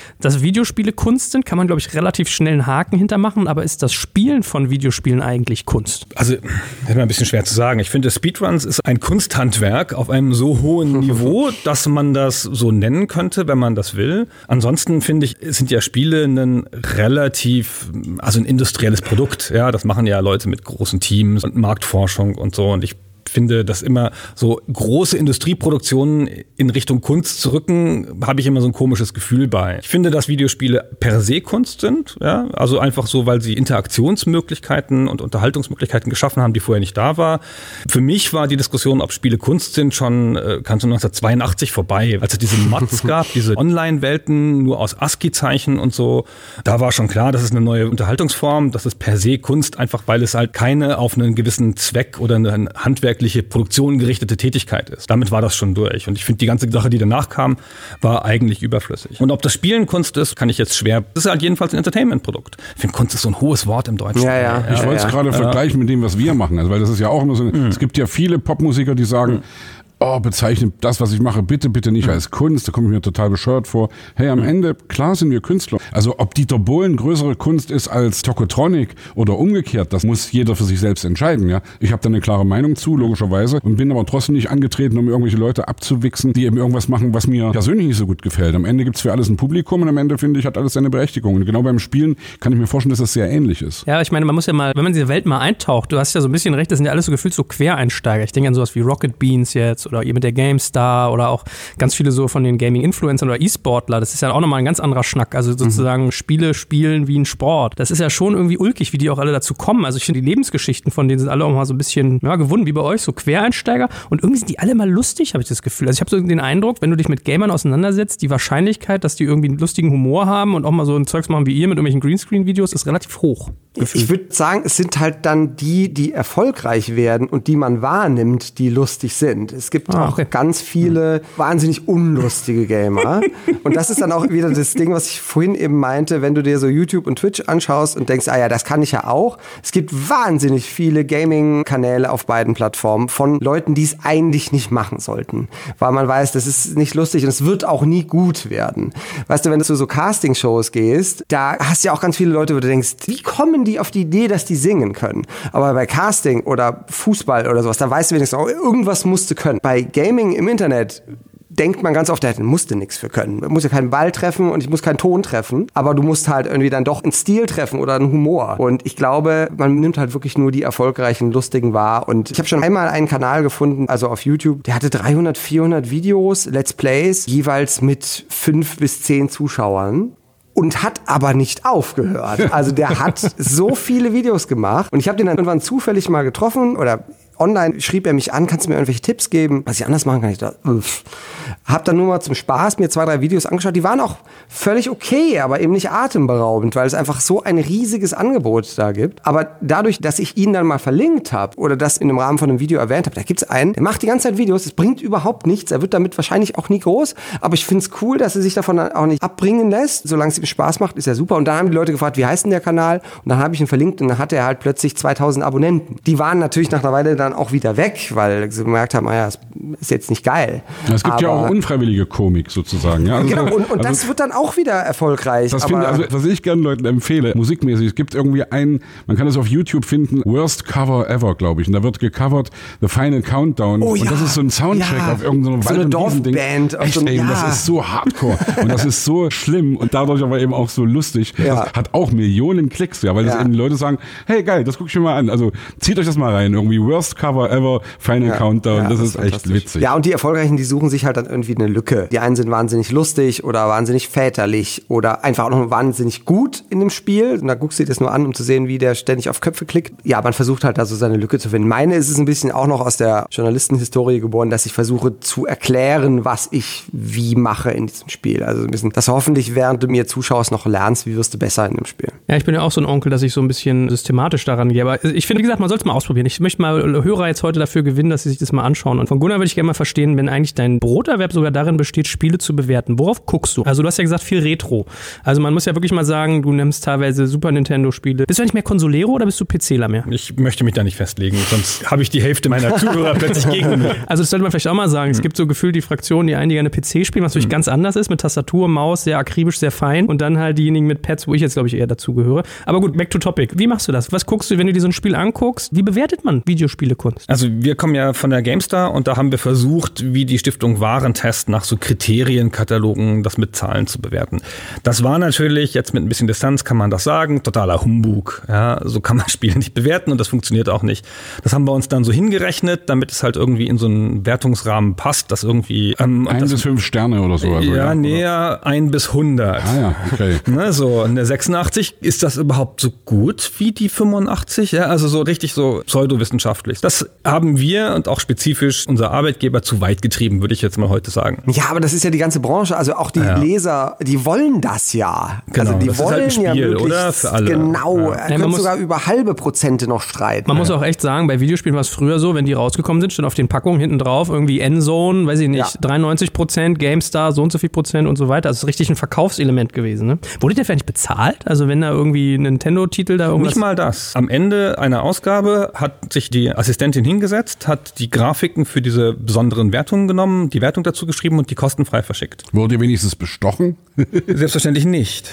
dass Videospiele Kunst sind, kann man, glaube ich, relativ schnell einen Haken hintermachen, aber ist das Spielen von Videospielen eigentlich Kunst? Also, das ist immer ein bisschen schwer zu sagen. Ich finde, Speedruns ist ein Kunsthandwerk auf einem so hohen Niveau, dass man das so nennen könnte, wenn man das will. Ansonsten finde ich, sind ja Spiele ein ein industrielles Produkt. Ja, das machen ja Leute mit großen Teams und Marktforschung und so. Und ich finde, dass immer so große Industrieproduktionen in Richtung Kunst zu rücken, habe ich immer so ein komisches Gefühl bei. Ich finde, dass Videospiele per se Kunst sind, ja, also einfach so, weil sie Interaktionsmöglichkeiten und Unterhaltungsmöglichkeiten geschaffen haben, die vorher nicht da war. Für mich war die Diskussion, ob Spiele Kunst sind, schon 1982 vorbei, als es diese Mods gab, diese Online-Welten nur aus ASCII-Zeichen und so. Da war schon klar, das ist eine neue Unterhaltungsform, das ist per se Kunst, einfach weil es halt keine auf einen gewissen Zweck oder eine handwerkliche Produktion gerichtete Tätigkeit ist. Damit war das schon durch. Und ich finde, die ganze Sache, die danach kam, war eigentlich überflüssig. Und ob das Spielen Kunst ist, kann ich jetzt schwer. Das ist halt jedenfalls ein Entertainment-Produkt. Ich finde, Kunst ist so ein hohes Wort im Deutschen. Ja. Ich wollte es gerade vergleichen mit dem, was wir machen. Also, weil das ist ja auch immer so, es gibt ja viele Popmusiker, die sagen, bezeichne das, was ich mache, bitte nicht als Kunst. Da komme ich mir total bescheuert vor. Hey, am Ende, klar sind wir Künstler. Also ob Dieter Bohlen größere Kunst ist als Tokotronic oder umgekehrt, das muss jeder für sich selbst entscheiden. Ja, ich habe da eine klare Meinung zu, logischerweise, und bin aber trotzdem nicht angetreten, um irgendwelche Leute abzuwichsen, die eben irgendwas machen, was mir persönlich nicht so gut gefällt. Am Ende gibt's für alles ein Publikum und am Ende, finde ich, hat alles seine Berechtigung. Und genau beim Spielen kann ich mir vorstellen, dass das sehr ähnlich ist. Ja, ich meine, man muss ja mal, wenn man in diese Welt mal eintaucht, du hast ja so ein bisschen recht, das sind ja alles so gefühlt so Quereinsteiger. Ich denke an sowas wie Rocket Beans jetzt oder ihr mit der GameStar oder auch ganz viele so von den Gaming-Influencern oder E-Sportler. Das ist ja auch nochmal ein ganz anderer Schnack. Also sozusagen Spiele spielen wie ein Sport. Das ist ja schon irgendwie ulkig, wie die auch alle dazu kommen. Also ich finde, die Lebensgeschichten von denen sind alle auch mal so ein bisschen gewunden, wie bei euch, so Quereinsteiger. Und irgendwie sind die alle mal lustig, habe ich das Gefühl. Also ich habe so den Eindruck, wenn du dich mit Gamern auseinandersetzt, die Wahrscheinlichkeit, dass die irgendwie einen lustigen Humor haben und auch mal so ein Zeugs machen wie ihr mit irgendwelchen Greenscreen-Videos, ist relativ hoch. Ich würde sagen, es sind halt dann die erfolgreich werden und die man wahrnimmt, die lustig sind. Es gibt auch ganz viele wahnsinnig unlustige Gamer. Und das ist dann auch wieder das Ding, was ich vorhin eben meinte, wenn du dir so YouTube und Twitch anschaust und denkst, das kann ich ja auch. Es gibt wahnsinnig viele Gaming-Kanäle auf beiden Plattformen von Leuten, die es eigentlich nicht machen sollten. Weil man weiß, das ist nicht lustig und es wird auch nie gut werden. Weißt du, wenn du zu so Casting-Shows gehst, da hast du ja auch ganz viele Leute, wo du denkst, wie kommen die auf die Idee, dass die singen können? Aber bei Casting oder Fußball oder sowas, da weißt du wenigstens, irgendwas musst du können. Bei Gaming im Internet denkt man ganz oft, der musste nichts für können. Man muss ja keinen Ball treffen und ich muss keinen Ton treffen, aber du musst halt irgendwie dann doch einen Stil treffen oder einen Humor. Und ich glaube, man nimmt halt wirklich nur die erfolgreichen, lustigen wahr. Und ich habe schon einmal einen Kanal gefunden, also auf YouTube, der hatte 300, 400 Videos, Let's Plays, jeweils mit 5 bis 10 Zuschauern. Und hat aber nicht aufgehört. Also der hat so viele Videos gemacht. Und ich habe den dann irgendwann zufällig mal getroffen oder online schrieb er mich an, kannst du mir irgendwelche Tipps geben, was ich anders machen kann? Ich dachte, hab dann nur mal zum Spaß mir 2, 3 Videos angeschaut, die waren auch völlig okay, aber eben nicht atemberaubend, weil es einfach so ein riesiges Angebot da gibt. Aber dadurch, dass ich ihn dann mal verlinkt habe oder das in einem Rahmen von einem Video erwähnt habe, da gibt's einen, der macht die ganze Zeit Videos, es bringt überhaupt nichts, er wird damit wahrscheinlich auch nie groß, aber ich find's cool, dass er sich davon auch nicht abbringen lässt, solange es ihm Spaß macht, ist ja super. Und dann haben die Leute gefragt, wie heißt denn der Kanal? Und dann habe ich ihn verlinkt und dann hatte er halt plötzlich 2000 Abonnenten. Die waren natürlich nach einer Weile dann auch wieder weg, weil sie gemerkt haben, es ist jetzt nicht geil. Es gibt ja auch unfreiwillige Komik sozusagen. Ja? Also, genau, und das wird dann auch wieder erfolgreich. Was ich gerne Leuten empfehle, musikmäßig, es gibt irgendwie man kann das auf YouTube finden, Worst Cover Ever, glaube ich. Und da wird gecovert The Final Countdown. Und das ist so ein Soundtrack auf irgendeinem so eine Dorfband. Das ist so hardcore und das ist so schlimm und dadurch aber eben auch so lustig. Das hat auch Millionen Klicks, weil das eben Leute sagen, hey geil, das guck ich mir mal an. Also zieht euch das mal rein. Irgendwie Worst Cover Ever, Final Countdown. Das ist echt witzig. Ja, und die Erfolgreichen, die suchen sich halt dann irgendwie eine Lücke. Die einen sind wahnsinnig lustig oder wahnsinnig väterlich oder einfach auch noch wahnsinnig gut in dem Spiel. Und da guckst du dir das nur an, um zu sehen, wie der ständig auf Köpfe klickt. Ja, man versucht halt da so seine Lücke zu finden. Meine ist es ein bisschen auch noch aus der Journalistenhistorie geboren, dass ich versuche zu erklären, was ich wie mache in diesem Spiel. Also ein bisschen, dass hoffentlich während du mir zuschaust noch lernst, wie wirst du besser in dem Spiel. Ja, ich bin ja auch so ein Onkel, dass ich so ein bisschen systematisch daran gehe. Aber ich finde, wie gesagt, man soll es mal ausprobieren. Ich möchte mal Hörer jetzt heute dafür gewinnen, dass sie sich das mal anschauen. Und von Gunnar würde ich gerne mal verstehen, wenn eigentlich dein Brot Grunderwerb sogar darin besteht, Spiele zu bewerten. Worauf guckst du? Also du hast ja gesagt, viel Retro. Also man muss ja wirklich mal sagen, du nimmst teilweise Super Nintendo-Spiele. Bist du eigentlich mehr Konsolero oder bist du PCler mehr? Ich möchte mich da nicht festlegen, sonst habe ich die Hälfte meiner Zuhörer plötzlich gegen mich. Also das sollte man vielleicht auch mal sagen. Es gibt so gefühlt die Fraktionen, die gerne PC spielen, was natürlich ganz anders ist, mit Tastatur, Maus, sehr akribisch, sehr fein und dann halt diejenigen mit Pads, wo ich jetzt glaube ich eher dazu gehöre. Aber gut, back to topic. Wie machst du das? Was guckst du, wenn du dir so ein Spiel anguckst? Wie bewertet man Videospielekunst? Also wir kommen ja von der GameStar und da haben wir versucht, wie die Stiftung Warentest nach so Kriterienkatalogen das mit Zahlen zu bewerten. Das war natürlich, jetzt mit ein bisschen Distanz kann man das sagen, totaler Humbug. Ja, so kann man Spiele nicht bewerten und das funktioniert auch nicht. Das haben wir uns dann so hingerechnet, damit es halt irgendwie in so einen Wertungsrahmen passt, dass irgendwie 1 bis 5 Sterne oder so. Also, ja, näher 1 bis 100. Ah ja, okay. Ne, so in der 86, ist das überhaupt so gut wie die 85? Ja, also so richtig so pseudowissenschaftlich. Das haben wir und auch spezifisch unser Arbeitgeber zu weit getrieben, würde ich jetzt mal heute sagen. Ja, aber das ist ja die ganze Branche, also auch die Leser, die wollen das ja. Genau, also die das wollen ist halt ein Spiel, ja oder? Für alle. Genau, Ja. man muss sogar über halbe Prozente noch streiten. Man muss auch echt sagen, bei Videospielen war es früher so, wenn die rausgekommen sind, stand auf den Packungen hinten drauf irgendwie Endzone, weiß ich nicht, 93%, GameStar, so und so viel Prozent und so weiter. Also es ist richtig ein Verkaufselement gewesen. Ne? Wurde der vielleicht bezahlt? Also wenn da irgendwie ein Nintendo-Titel da irgendwas... Nicht mal das. Am Ende einer Ausgabe hat sich die Assistentin hingesetzt, hat die Grafiken für diese besonderen Wertungen genommen, die Wertung dazu geschrieben und die kostenfrei verschickt. Wurde ihr wenigstens bestochen? Selbstverständlich nicht.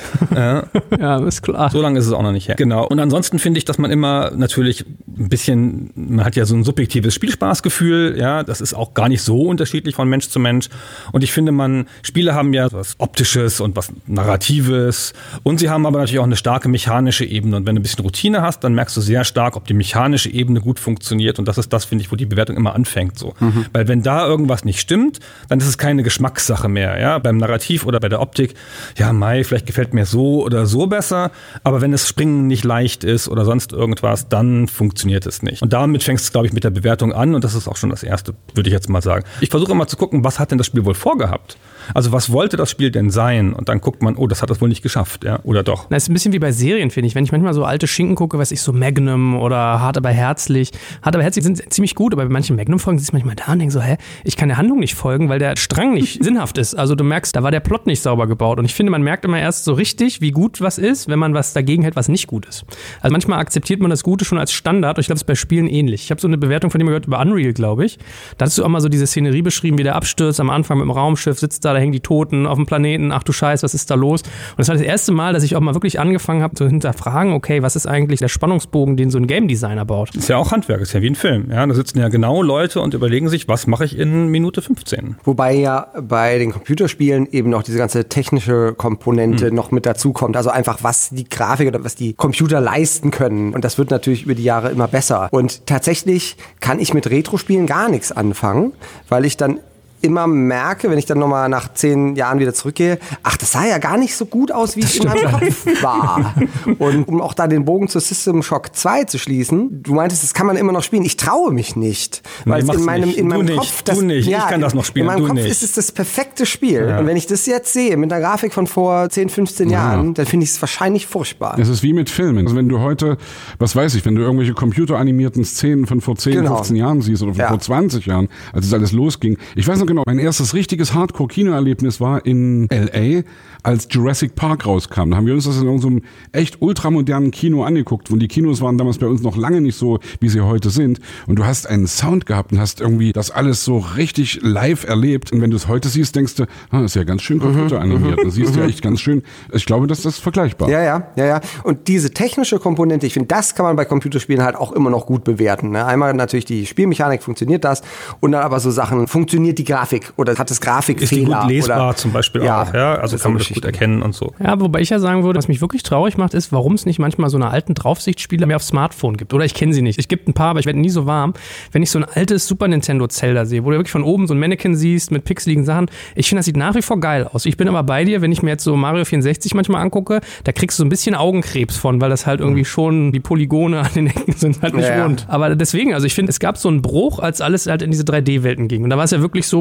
Ja, ist klar. So lange ist es auch noch nicht her. Genau. Und ansonsten finde ich, dass man immer natürlich ein bisschen, man hat ja so ein subjektives Spielspaßgefühl, ja, das ist auch gar nicht so unterschiedlich von Mensch zu Mensch. Und ich finde, Spiele haben ja was Optisches und was Narratives und sie haben aber natürlich auch eine starke mechanische Ebene. Und wenn du ein bisschen Routine hast, dann merkst du sehr stark, ob die mechanische Ebene gut funktioniert. Und das ist das, finde ich, wo die Bewertung immer anfängt. So. Weil wenn da irgendwas nicht stimmt, dann ist es keine Geschmackssache mehr. Ja? Beim Narrativ oder bei der Optik, ja, vielleicht gefällt mir so oder so besser. Aber wenn das Springen nicht leicht ist oder sonst irgendwas, dann funktioniert es nicht. Und damit fängt es, glaube ich, mit der Bewertung an. Und das ist auch schon das Erste, würde ich jetzt mal sagen. Ich versuche immer zu gucken, was hat denn das Spiel wohl vorgehabt? Also was wollte das Spiel denn sein? Und dann guckt man, das hat das wohl nicht geschafft, ja, oder doch? Das ist ein bisschen wie bei Serien, finde ich. Wenn ich manchmal so alte Schinken gucke, weiß ich, so Magnum oder Hart aber herzlich. Hart aber herzlich sind ziemlich gut, aber bei manchen Magnum-Folgen sitzt man manchmal da und denkt so, ich kann der Handlung nicht folgen, weil der Strang nicht sinnhaft ist. Also du merkst, da war der Plot nicht sauber gebaut. Und ich finde, man merkt immer erst so richtig, wie gut was ist, wenn man was dagegen hält, was nicht gut ist. Also manchmal akzeptiert man das Gute schon als Standard und ich glaube, es ist bei Spielen ähnlich. Ich habe so eine Bewertung von dem gehört über Unreal, glaube ich. Da hast du auch mal so diese Szenerie beschrieben, wie der abstürzt am Anfang mit dem Raumschiff, sitzt da hängen die Toten auf dem Planeten, ach du Scheiß, was ist da los? Und das war das erste Mal, dass ich auch mal wirklich angefangen habe zu hinterfragen, okay, was ist eigentlich der Spannungsbogen, den so ein Game Designer baut? Ist ja auch Handwerk, ist ja wie ein Film. Ja, da sitzen ja genau Leute und überlegen sich, was mache ich in Minute 15? Wobei ja bei den Computerspielen eben noch diese ganze technische Komponente noch mit dazu kommt. Also einfach, was die Grafik oder was die Computer leisten können. Und das wird natürlich über die Jahre immer besser. Und tatsächlich kann ich mit Retro-Spielen gar nichts anfangen, weil ich dann immer merke, wenn ich dann nochmal nach 10 Jahren wieder zurückgehe, das sah ja gar nicht so gut aus, wie es in meinem Kopf war. Und um auch da den Bogen zu System Shock 2 zu schließen, du meintest, das kann man immer noch spielen. Ich traue mich nicht. Weil Nee, in meinem du Kopf... Du nicht, ich kann das noch spielen, in meinem Kopf nicht. ist es das perfekte Spiel. Ja. Und wenn ich das jetzt sehe, mit einer Grafik von vor 10, 15 Jahren, dann finde ich es wahrscheinlich furchtbar. Es ist wie mit Filmen. Also wenn du heute, wenn du irgendwelche computeranimierten Szenen von vor 10, 15 Jahren siehst oder von vor 20 Jahren, als es alles losging. Ich weiß noch genau, mein erstes richtiges Hardcore-Kinoerlebnis war in L.A., als Jurassic Park rauskam. Da haben wir uns das in irgendeinem echt ultramodernen Kino angeguckt. Und die Kinos waren damals bei uns noch lange nicht so, wie sie heute sind. Und du hast einen Sound gehabt und hast irgendwie das alles so richtig live erlebt. Und wenn du es heute siehst, denkst du, ist ja ganz schön computeranimiert. Das siehst du ja echt ganz schön. Ich glaube, das ist vergleichbar. Ja. Und diese technische Komponente, ich finde, das kann man bei Computerspielen halt auch immer noch gut bewerten. Ne? Einmal natürlich die Spielmechanik, funktioniert das? Und dann aber so Sachen, funktioniert die Grafik oder hat es Grafikfehler? Ist die gut lesbar oder, zum Beispiel auch? Ja, also kann man das gut erkennen und so. Ja, wobei ich ja sagen würde, was mich wirklich traurig macht, ist, warum es nicht manchmal so eine alten Draufsichtspiele mehr auf Smartphone gibt. Oder ich kenne sie nicht. Es gibt ein paar, aber ich werde nie so warm. Wenn ich so ein altes Super Nintendo Zelda sehe, wo du wirklich von oben so ein Mannequin siehst mit pixeligen Sachen, ich finde, das sieht nach wie vor geil aus. Ich bin aber bei dir, wenn ich mir jetzt so Mario 64 manchmal angucke, da kriegst du so ein bisschen Augenkrebs von, weil das halt irgendwie schon, die Polygone an den Ecken sind halt nicht rund. Aber deswegen, also ich finde, es gab so einen Bruch, als alles halt in diese 3D-Welten ging. Und da war es ja wirklich so,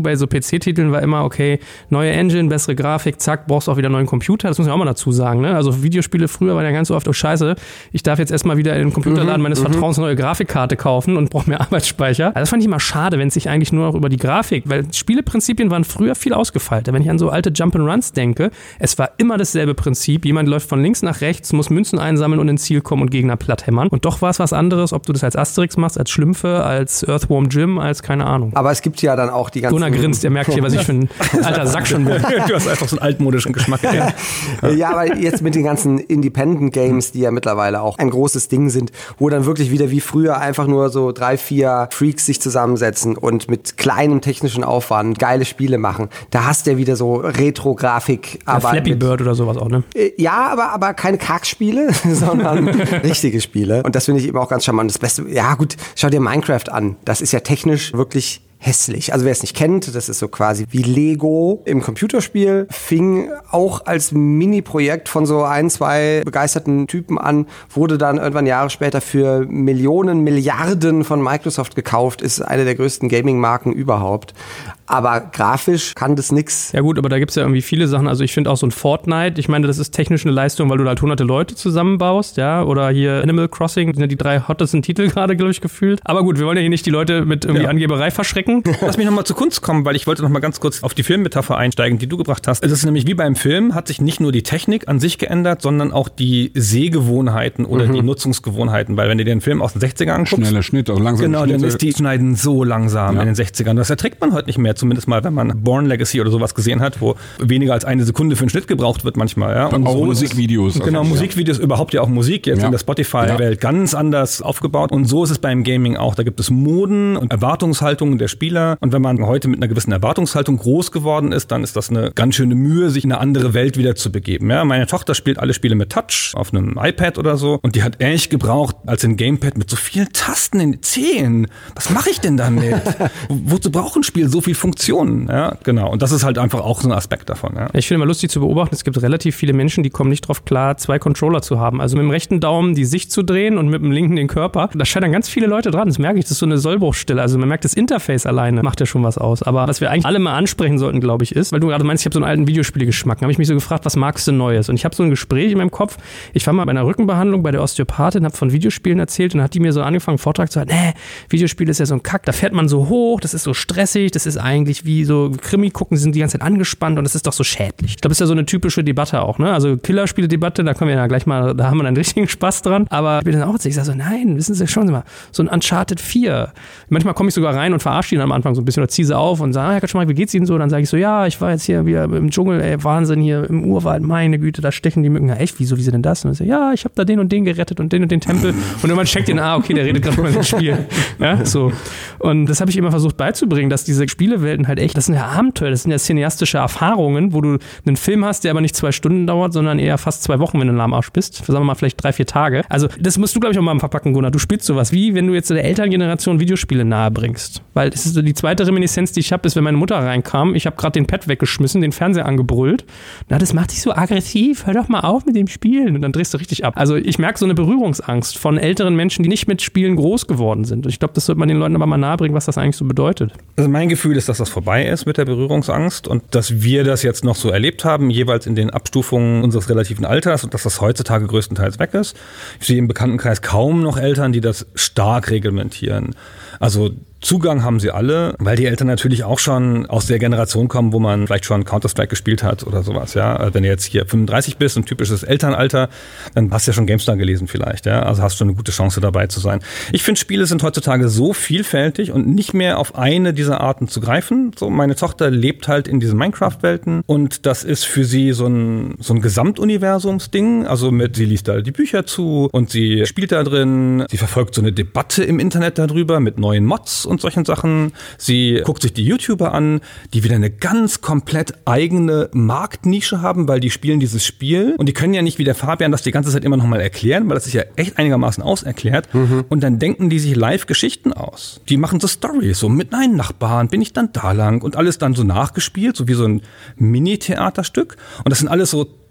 bei so PC-Titeln war immer, okay, neue Engine, bessere Grafik, zack, brauchst du auch wieder einen neuen Computer. Das muss ich auch mal dazu sagen. Ne? Also Videospiele früher waren ja ganz so oft, oh scheiße, ich darf jetzt erstmal wieder in den Computerladen meines Vertrauens eine neue Grafikkarte kaufen und brauche mehr Arbeitsspeicher. Also das fand ich immer schade, wenn es sich eigentlich nur noch über die Grafik, weil Spieleprinzipien waren früher viel ausgefeilter. Wenn ich an so alte Jump'n'Runs denke, es war immer dasselbe Prinzip. Jemand läuft von links nach rechts, muss Münzen einsammeln und ins Ziel kommen und Gegner platt hämmern. Und doch war es was anderes, ob du das als Asterix machst, als Schlümpfe, als Earthworm Jim, als keine Ahnung. Aber es gibt ja dann auch die ganzen... Gunnar grinst, der merkt hier, was ich für ein alter Sack schon bin. Du hast einfach so einen altmodischen Geschmack. Ja, aber jetzt mit den ganzen Independent Games, die ja mittlerweile auch ein großes Ding sind, wo dann wirklich wieder wie früher einfach nur so 3, 4 Freaks sich zusammensetzen und mit kleinem technischen Aufwand geile Spiele machen. Da hast du ja wieder so Retro-Grafik. Ja, Flappy Bird oder sowas auch, ne? Ja, aber keine Kackspiele, sondern richtige Spiele. Und das finde ich eben auch ganz charmant. Das Beste, ja gut, schau dir Minecraft an. Das ist ja technisch wirklich hässlich. Also wer es nicht kennt, das ist so quasi wie Lego im Computerspiel, fing auch als Mini-Projekt von so 1, 2 begeisterten Typen an, wurde dann irgendwann Jahre später für Millionen, Milliarden von Microsoft gekauft, ist eine der größten Gaming-Marken überhaupt. Aber grafisch kann das nix. Ja gut, aber da gibt's ja irgendwie viele Sachen. Also ich finde auch so ein Fortnite, ich meine, das ist technisch eine Leistung, weil du da halt hunderte Leute zusammenbaust, ja, oder hier Animal Crossing, sind ja die 3 hottesten Titel gerade, glaube ich, gefühlt. Aber gut, wir wollen ja hier nicht die Leute mit irgendwie Angeberei verschrecken. Lass mich nochmal zu Kunst kommen, weil ich wollte nochmal ganz kurz auf die Filmmetapher einsteigen, die du gebracht hast. Es ist nämlich wie beim Film, hat sich nicht nur die Technik an sich geändert, sondern auch die Sehgewohnheiten oder die Nutzungsgewohnheiten, weil wenn du dir den Film aus den 60ern anguckst. Schneller Schnitt, auch langsam. Genau, Schnitte. dann ist die Schneiden so langsam in den 60ern. Das erträgt man heute nicht mehr, zumindest mal, wenn man Born Legacy oder sowas gesehen hat, wo weniger als eine Sekunde für einen Schnitt gebraucht wird manchmal. Ja? Und auch so Musikvideos. Genau, Musikvideos, überhaupt ja auch Musik, jetzt in der Spotify-Welt ganz anders aufgebaut. Und so ist es beim Gaming auch. Da gibt es Moden und Erwartungshaltungen der Spieler. Und wenn man heute mit einer gewissen Erwartungshaltung groß geworden ist, dann ist das eine ganz schöne Mühe, sich in eine andere Welt wieder zu begeben. Ja? Meine Tochter spielt alle Spiele mit Touch auf einem iPad oder so. Und die hat ähnlich gebraucht als ein Gamepad mit so vielen Tasten in den Zehen. Was mache ich denn damit? Wozu braucht ein Spiel so viel Funktionen? Ja, genau. Und das ist halt einfach auch so ein Aspekt davon. Ja. Ich finde immer lustig zu beobachten, es gibt relativ viele Menschen, die kommen nicht drauf klar, 2 Controller zu haben. Also mit dem rechten Daumen die Sicht zu drehen und mit dem linken den Körper. Da scheitern ganz viele Leute dran. Das merke ich, das ist so eine Sollbruchstelle. Also man merkt, das Interface alleine macht ja schon was aus. Aber was wir eigentlich alle mal ansprechen sollten, glaube ich, ist, weil du gerade meinst, ich habe so einen alten Videospielgeschmack. Dann habe ich mich so gefragt, was magst du Neues? Und ich habe so ein Gespräch in meinem Kopf. Ich war mal bei einer Rückenbehandlung bei der Osteopathin, habe von Videospielen erzählt und dann hat die mir so angefangen, einen Vortrag zu halten, Videospiel ist ja so ein Kack, da fährt man so hoch, das ist so stressig, das ist eigentlich wie so Krimi gucken, sie sind die ganze Zeit angespannt und das ist doch so schädlich. Ich glaube, das ist ja so eine typische Debatte auch, ne? Also Killerspiele-Debatte, da können wir ja gleich mal, da haben wir einen richtigen Spaß dran. Aber ich bin dann auch ich sage so, nein, wissen Sie, schauen Sie mal, so ein Uncharted 4. Manchmal komme ich sogar rein und verarsche ihn am Anfang so ein bisschen oder ziehe sie auf und sage, Herr Kaczmarek, wie geht's Ihnen so? Dann sage ich so, ja, ich war jetzt hier wieder im Dschungel, Wahnsinn, hier im Urwald, meine Güte, da stechen die Mücken. Ja, echt, wieso denn das? Und dann so, ja, ich habe da den und den gerettet und den Tempel. Und irgendwann checkt den, okay, der redet gerade über das Spiel. Ja, so. Und das habe ich immer versucht beizubringen, dass diese Spielewelten halt echt, das sind ja Abenteuer, das sind ja cineastische Erfahrungen, wo du einen Film hast, der aber nicht 2 Stunden dauert, sondern eher fast 2 Wochen, wenn du am Arsch bist. Sagen wir mal vielleicht 3, 4 Tage. Also das musst du, glaube ich, auch mal verpacken, Gunnar. Du spielst sowas wie, wenn du jetzt der Elterngeneration Videospiele nahe bringst. Weil das ist so die zweite Reminiszenz, die ich habe, ist, wenn meine Mutter reinkam, ich habe gerade den Pad weggeschmissen, den Fernseher angebrüllt. Na, das macht dich so aggressiv, hör doch mal auf mit dem Spielen. Und dann drehst du richtig ab. Also ich merke so eine Berührungsangst von älteren Menschen, die nicht mit Spielen groß geworden sind. Und ich glaube, das sollte man den Leuten aber mal nahebringen, was das eigentlich so bedeutet. Also mein Gefühl ist, dass das vorbei ist mit der Berührungsangst und dass wir das jetzt noch so erlebt haben, jeweils in den Abstufungen unseres relativen Alters und dass das heutzutage größtenteils weg ist. Ich sehe im Bekanntenkreis kaum noch Eltern, die das stark reglementieren. Also Zugang haben sie alle, weil die Eltern natürlich auch schon aus der Generation kommen, wo man vielleicht schon Counter-Strike gespielt hat oder sowas, ja. Also wenn du jetzt hier 35 bist, ein typisches Elternalter, dann hast du ja schon GameStar gelesen vielleicht, ja. Also hast du schon eine gute Chance dabei zu sein. Ich finde, Spiele sind heutzutage so vielfältig und nicht mehr auf eine dieser Arten zu greifen. So, meine Tochter lebt halt in diesen Minecraft-Welten und das ist für sie so ein Gesamtuniversumsding. Also sie liest da die Bücher zu und sie spielt da drin. Sie verfolgt so eine Debatte im Internet darüber mit neuen Mods und solchen Sachen. Sie guckt sich die YouTuber an, die wieder eine ganz komplett eigene Marktnische haben, weil die spielen dieses Spiel und die können ja nicht wie der Fabian das die ganze Zeit immer noch mal erklären, weil das ist ja echt einigermaßen auserklärt. Und dann denken die sich live Geschichten aus. Die machen so Storys, so mit meinen Nachbarn bin ich dann da lang und alles dann so nachgespielt, so wie so ein Mini-Theaterstück. Und das sind alles so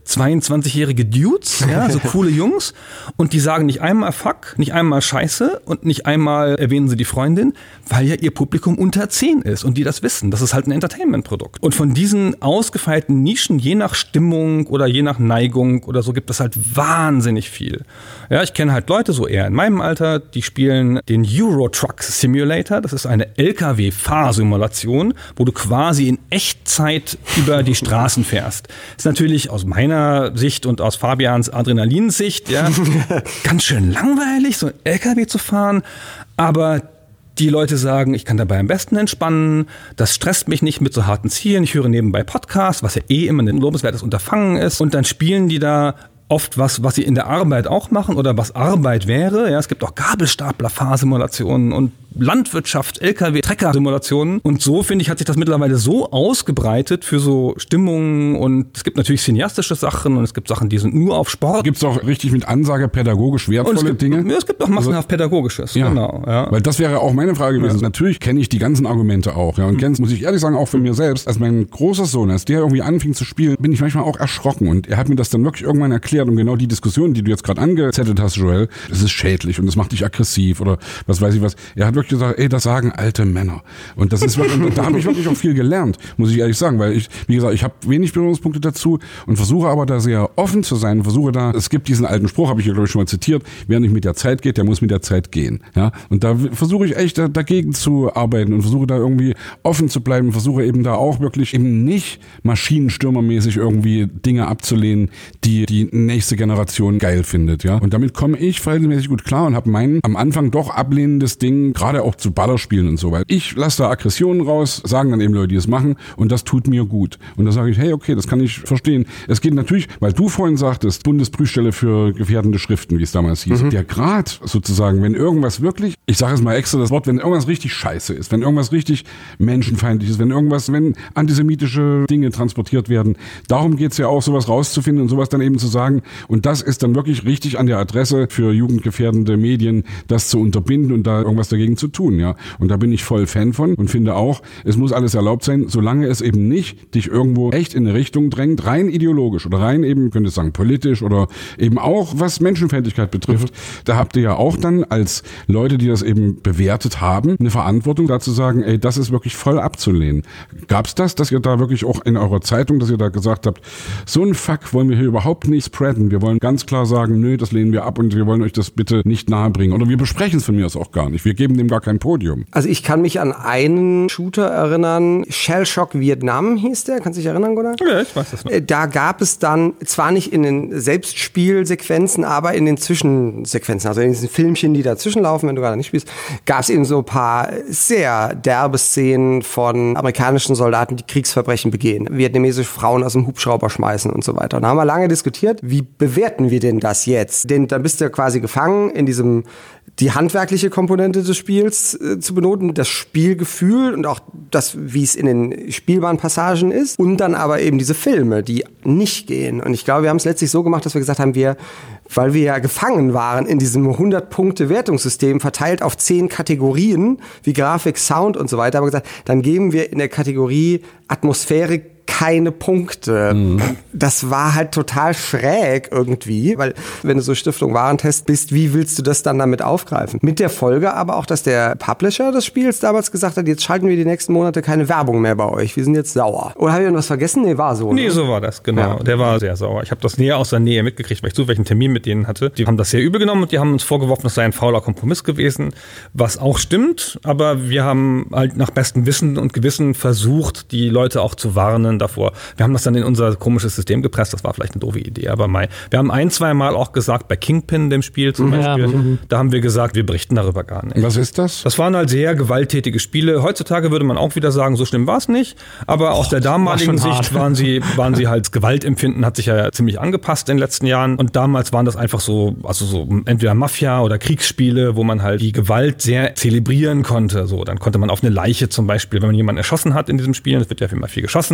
22-jährige Dudes, ja, so coole Jungs, und die sagen nicht einmal Fuck, nicht einmal Scheiße und nicht einmal erwähnen sie die Freundin, weil ja ihr Publikum unter 10 ist und die das wissen. Das ist halt ein Entertainment-Produkt. Und von diesen ausgefeilten Nischen, je nach Stimmung oder je nach Neigung oder so, gibt es halt wahnsinnig viel. Ja, ich kenne halt Leute, so eher in meinem Alter, die spielen den Euro Truck Simulator. Das ist eine LKW-Fahrsimulation, wo du quasi in Echtzeit über die Straßen fährst. Ist natürlich aus meiner Sicht und aus Fabians Adrenalinsicht, ja, ganz schön langweilig, so ein LKW zu fahren, aber die Leute sagen, ich kann dabei am besten entspannen, das stresst mich nicht mit so harten Zielen, ich höre nebenbei Podcasts, was ja immer ein lobenswertes Unterfangen ist, und dann spielen die da oft was sie in der Arbeit auch machen oder was Arbeit wäre. Ja, es gibt auch Gabelstapler-Fahrsimulationen und Landwirtschaft, LKW-Trecker-Simulationen. Und so, finde ich, hat sich das mittlerweile so ausgebreitet für so Stimmungen. Und es gibt natürlich cineastische Sachen und es gibt Sachen, die sind nur auf Sport. Gibt es auch richtig mit Ansage pädagogisch wertvolle Dinge? Ja, es gibt auch massenhaft Pädagogisches, ja, genau. Ja. Weil das wäre auch meine Frage gewesen. Ja. Natürlich kenne ich die ganzen Argumente auch. Ja, und kennst, muss ich ehrlich sagen, auch von mir selbst. Als mein großer Sohn, als der irgendwie anfing zu spielen, bin ich manchmal auch erschrocken. Und er hat mir das dann wirklich irgendwann erklärt, um genau die Diskussion, die du jetzt gerade angezettelt hast, Joel, es ist schädlich und es macht dich aggressiv oder was weiß ich was. Er hat wirklich gesagt, das sagen alte Männer. Und das ist wirklich, da habe ich wirklich auch viel gelernt, muss ich ehrlich sagen, weil ich, wie gesagt, ich habe wenig Berührungspunkte dazu und versuche aber da sehr offen zu sein, es gibt diesen alten Spruch, habe ich ja glaube ich schon mal zitiert, wer nicht mit der Zeit geht, der muss mit der Zeit gehen. Ja? Und da versuche ich echt dagegen zu arbeiten und versuche da irgendwie offen zu bleiben, versuche eben da auch wirklich eben nicht maschinenstürmermäßig irgendwie Dinge abzulehnen, die die nächste Generation geil findet. Ja? Und damit komme ich verhältnismäßig gut klar und habe mein am Anfang doch ablehnendes Ding, gerade auch zu Ballerspielen und so, weil ich lasse da Aggressionen raus, sagen dann eben Leute, die es machen, und das tut mir gut. Und da sage ich, hey, okay, das kann ich verstehen. Es geht natürlich, weil du vorhin sagtest, Bundesprüfstelle für gefährdende Schriften, wie es damals hieß, der Grad sozusagen, wenn irgendwas wirklich, ich sage es mal extra das Wort, wenn irgendwas richtig scheiße ist, wenn irgendwas richtig menschenfeindlich ist, wenn antisemitische Dinge transportiert werden, darum geht's ja auch, sowas rauszufinden und sowas dann eben zu sagen, und das ist dann wirklich richtig an der Adresse für jugendgefährdende Medien, das zu unterbinden und da irgendwas dagegen zu tun, ja. Und da bin ich voll Fan von und finde auch, es muss alles erlaubt sein, solange es eben nicht dich irgendwo echt in eine Richtung drängt, rein ideologisch oder rein eben, könnte ich sagen, politisch oder eben auch, was Menschenfeindlichkeit betrifft. Da habt ihr ja auch dann als Leute, die das eben bewertet haben, eine Verantwortung dazu sagen, ey, das ist wirklich voll abzulehnen. Gab's das, dass ihr da wirklich auch in eurer Zeitung, dass ihr da gesagt habt, so ein Fuck wollen wir hier überhaupt nicht spreaden. Wir wollen ganz klar sagen, nö, das lehnen wir ab und wir wollen euch das bitte nicht nahebringen. Oder wir besprechen es von mir aus auch gar nicht. Wir geben dem gar kein Podium. Also ich kann mich an einen Shooter erinnern, Shell Shock Vietnam hieß der. Kannst du dich erinnern, Gunnar? Ja, ich weiß das noch. Da gab es dann, zwar nicht in den Selbstspielsequenzen, aber in den Zwischensequenzen, also in diesen Filmchen, die dazwischen laufen, wenn du gerade nicht spielst, gab es eben so ein paar sehr derbe Szenen von amerikanischen Soldaten, die Kriegsverbrechen begehen, vietnamesische Frauen aus dem Hubschrauber schmeißen und so weiter. Und da haben wir lange diskutiert, wie bewerten wir denn das jetzt? Denn dann bist du ja quasi gefangen in diesem, die handwerkliche Komponente des Spiels zu benoten, das Spielgefühl und auch das, wie es in den spielbaren Passagen ist, und dann aber eben diese Filme, die nicht gehen. Und ich glaube, wir haben es letztlich so gemacht, dass wir gesagt haben, weil wir ja gefangen waren in diesem 100-Punkte-Wertungssystem, verteilt auf 10 Kategorien, wie Grafik, Sound und so weiter, haben wir gesagt, dann geben wir in der Kategorie Atmosphäre keine Punkte. Das war halt total schräg irgendwie, weil wenn du so Stiftung Warentest bist, wie willst du das dann damit aufgreifen? Mit der Folge aber auch, dass der Publisher des Spiels damals gesagt hat, jetzt schalten wir die nächsten Monate keine Werbung mehr bei euch. Wir sind jetzt sauer. Oder habe ich irgendwas vergessen? Nee, war so. Nee, ne? So war das, genau. Ja. Der war sehr sauer. Ich habe das näher aus der Nähe mitgekriegt, weil ich zufällig einen Termin mit denen hatte. Die haben das sehr übel genommen und die haben uns vorgeworfen, das sei ein fauler Kompromiss gewesen, was auch stimmt, aber wir haben halt nach bestem Wissen und Gewissen versucht, die Leute auch zu warnen davor. Wir haben das dann in unser komisches System gepresst, das war vielleicht eine doofe Idee, aber wir haben 1-2 Mal auch gesagt, bei Kingpin, dem Spiel zum Beispiel, da haben wir gesagt, wir berichten darüber gar nicht. Was ist das? Das waren halt sehr gewalttätige Spiele. Heutzutage würde man auch wieder sagen, so schlimm war es nicht, aber aus der damaligen Sicht waren sie halt, das Gewaltempfinden hat sich ja ziemlich angepasst in den letzten Jahren und damals waren das einfach so entweder Mafia- oder Kriegsspiele, wo man halt die Gewalt sehr zelebrieren konnte. So, dann konnte man auf eine Leiche zum Beispiel, wenn man jemanden erschossen hat in diesem Spiel, es wird ja immer viel geschossen, und dann konnte man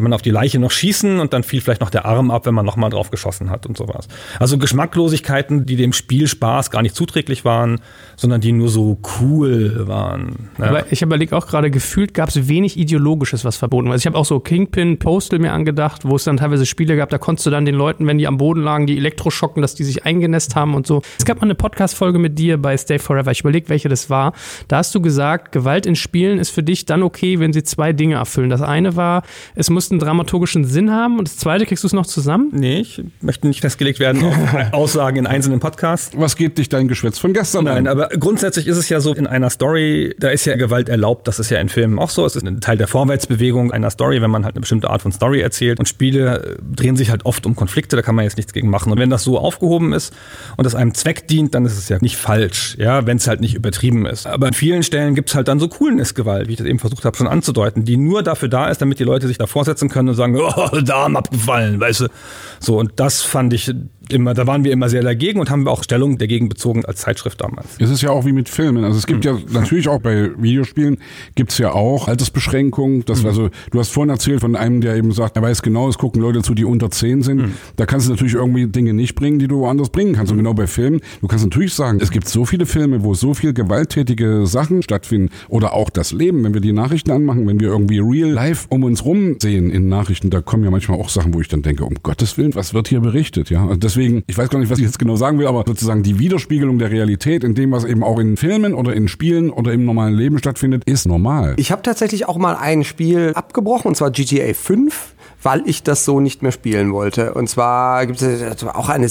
man auf die Leiche noch schießen und dann fiel vielleicht noch der Arm ab, wenn man nochmal drauf geschossen hat und sowas. Also Geschmacklosigkeiten, die dem Spielspaß gar nicht zuträglich waren, sondern die nur so cool waren. Ja. Aber ich überlege auch gerade, gefühlt gab es wenig Ideologisches, was verboten war. Also ich habe auch so Kingpin, Postal mir angedacht, wo es dann teilweise Spiele gab, da konntest du dann den Leuten, wenn die am Boden lagen, die Elektroschocken, dass die sich eingenässt haben und so. Es gab mal eine Podcast-Folge mit dir bei Stay Forever. Ich überlege, welche das war. Da hast du gesagt, Gewalt in Spielen ist für dich dann okay, wenn sie 2 Dinge erfüllen. Das eine war, es muss einen dramaturgischen Sinn haben und das zweite, kriegst du es noch zusammen? Nee, ich möchte nicht festgelegt werden auf Aussagen in einzelnen Podcasts. Was geht dich dein Geschwätz von gestern an? Nein, aber grundsätzlich ist es ja so, in einer Story, da ist ja Gewalt erlaubt, das ist ja in Filmen auch so. Es ist ein Teil der Vorwärtsbewegung einer Story, wenn man halt eine bestimmte Art von Story erzählt. Und Spiele drehen sich halt oft um Konflikte, da kann man jetzt nichts gegen machen. Und wenn das so aufgehoben ist und das einem Zweck dient, dann ist es ja nicht falsch, ja, wenn es halt nicht übertrieben ist. Aber an vielen Stellen gibt es halt dann so Coolness-Gewalt, wie ich das eben versucht habe schon anzudeuten, die nur dafür da ist, damit die Leute sich davor setzen können und sagen, oh, Darm abgefallen, weißt du. So, und das fand ich immer, da waren wir immer sehr dagegen und haben auch Stellung dagegen bezogen als Zeitschrift damals. Es ist ja auch wie mit Filmen. Also es gibt ja natürlich auch bei Videospielen gibt's ja auch Altersbeschränkungen. Also du hast vorhin erzählt von einem, der eben sagt, er weiß genau, es gucken Leute zu, die unter 10 sind. Da kannst du natürlich irgendwie Dinge nicht bringen, die du woanders bringen kannst. Und genau bei Filmen, du kannst natürlich sagen, es gibt so viele Filme, wo so viel gewalttätige Sachen stattfinden oder auch das Leben, wenn wir die Nachrichten anmachen, wenn wir irgendwie real life um uns rum sehen in Nachrichten, da kommen ja manchmal auch Sachen, wo ich dann denke, um Gottes Willen, was wird hier berichtet? Ja, und deswegen, ich weiß gar nicht, was ich jetzt genau sagen will, aber sozusagen die Widerspiegelung der Realität in dem, was eben auch in Filmen oder in Spielen oder im normalen Leben stattfindet, ist normal. Ich habe tatsächlich auch mal ein Spiel abgebrochen, und zwar GTA 5. Weil ich das so nicht mehr spielen wollte. Und zwar gibt es auch eine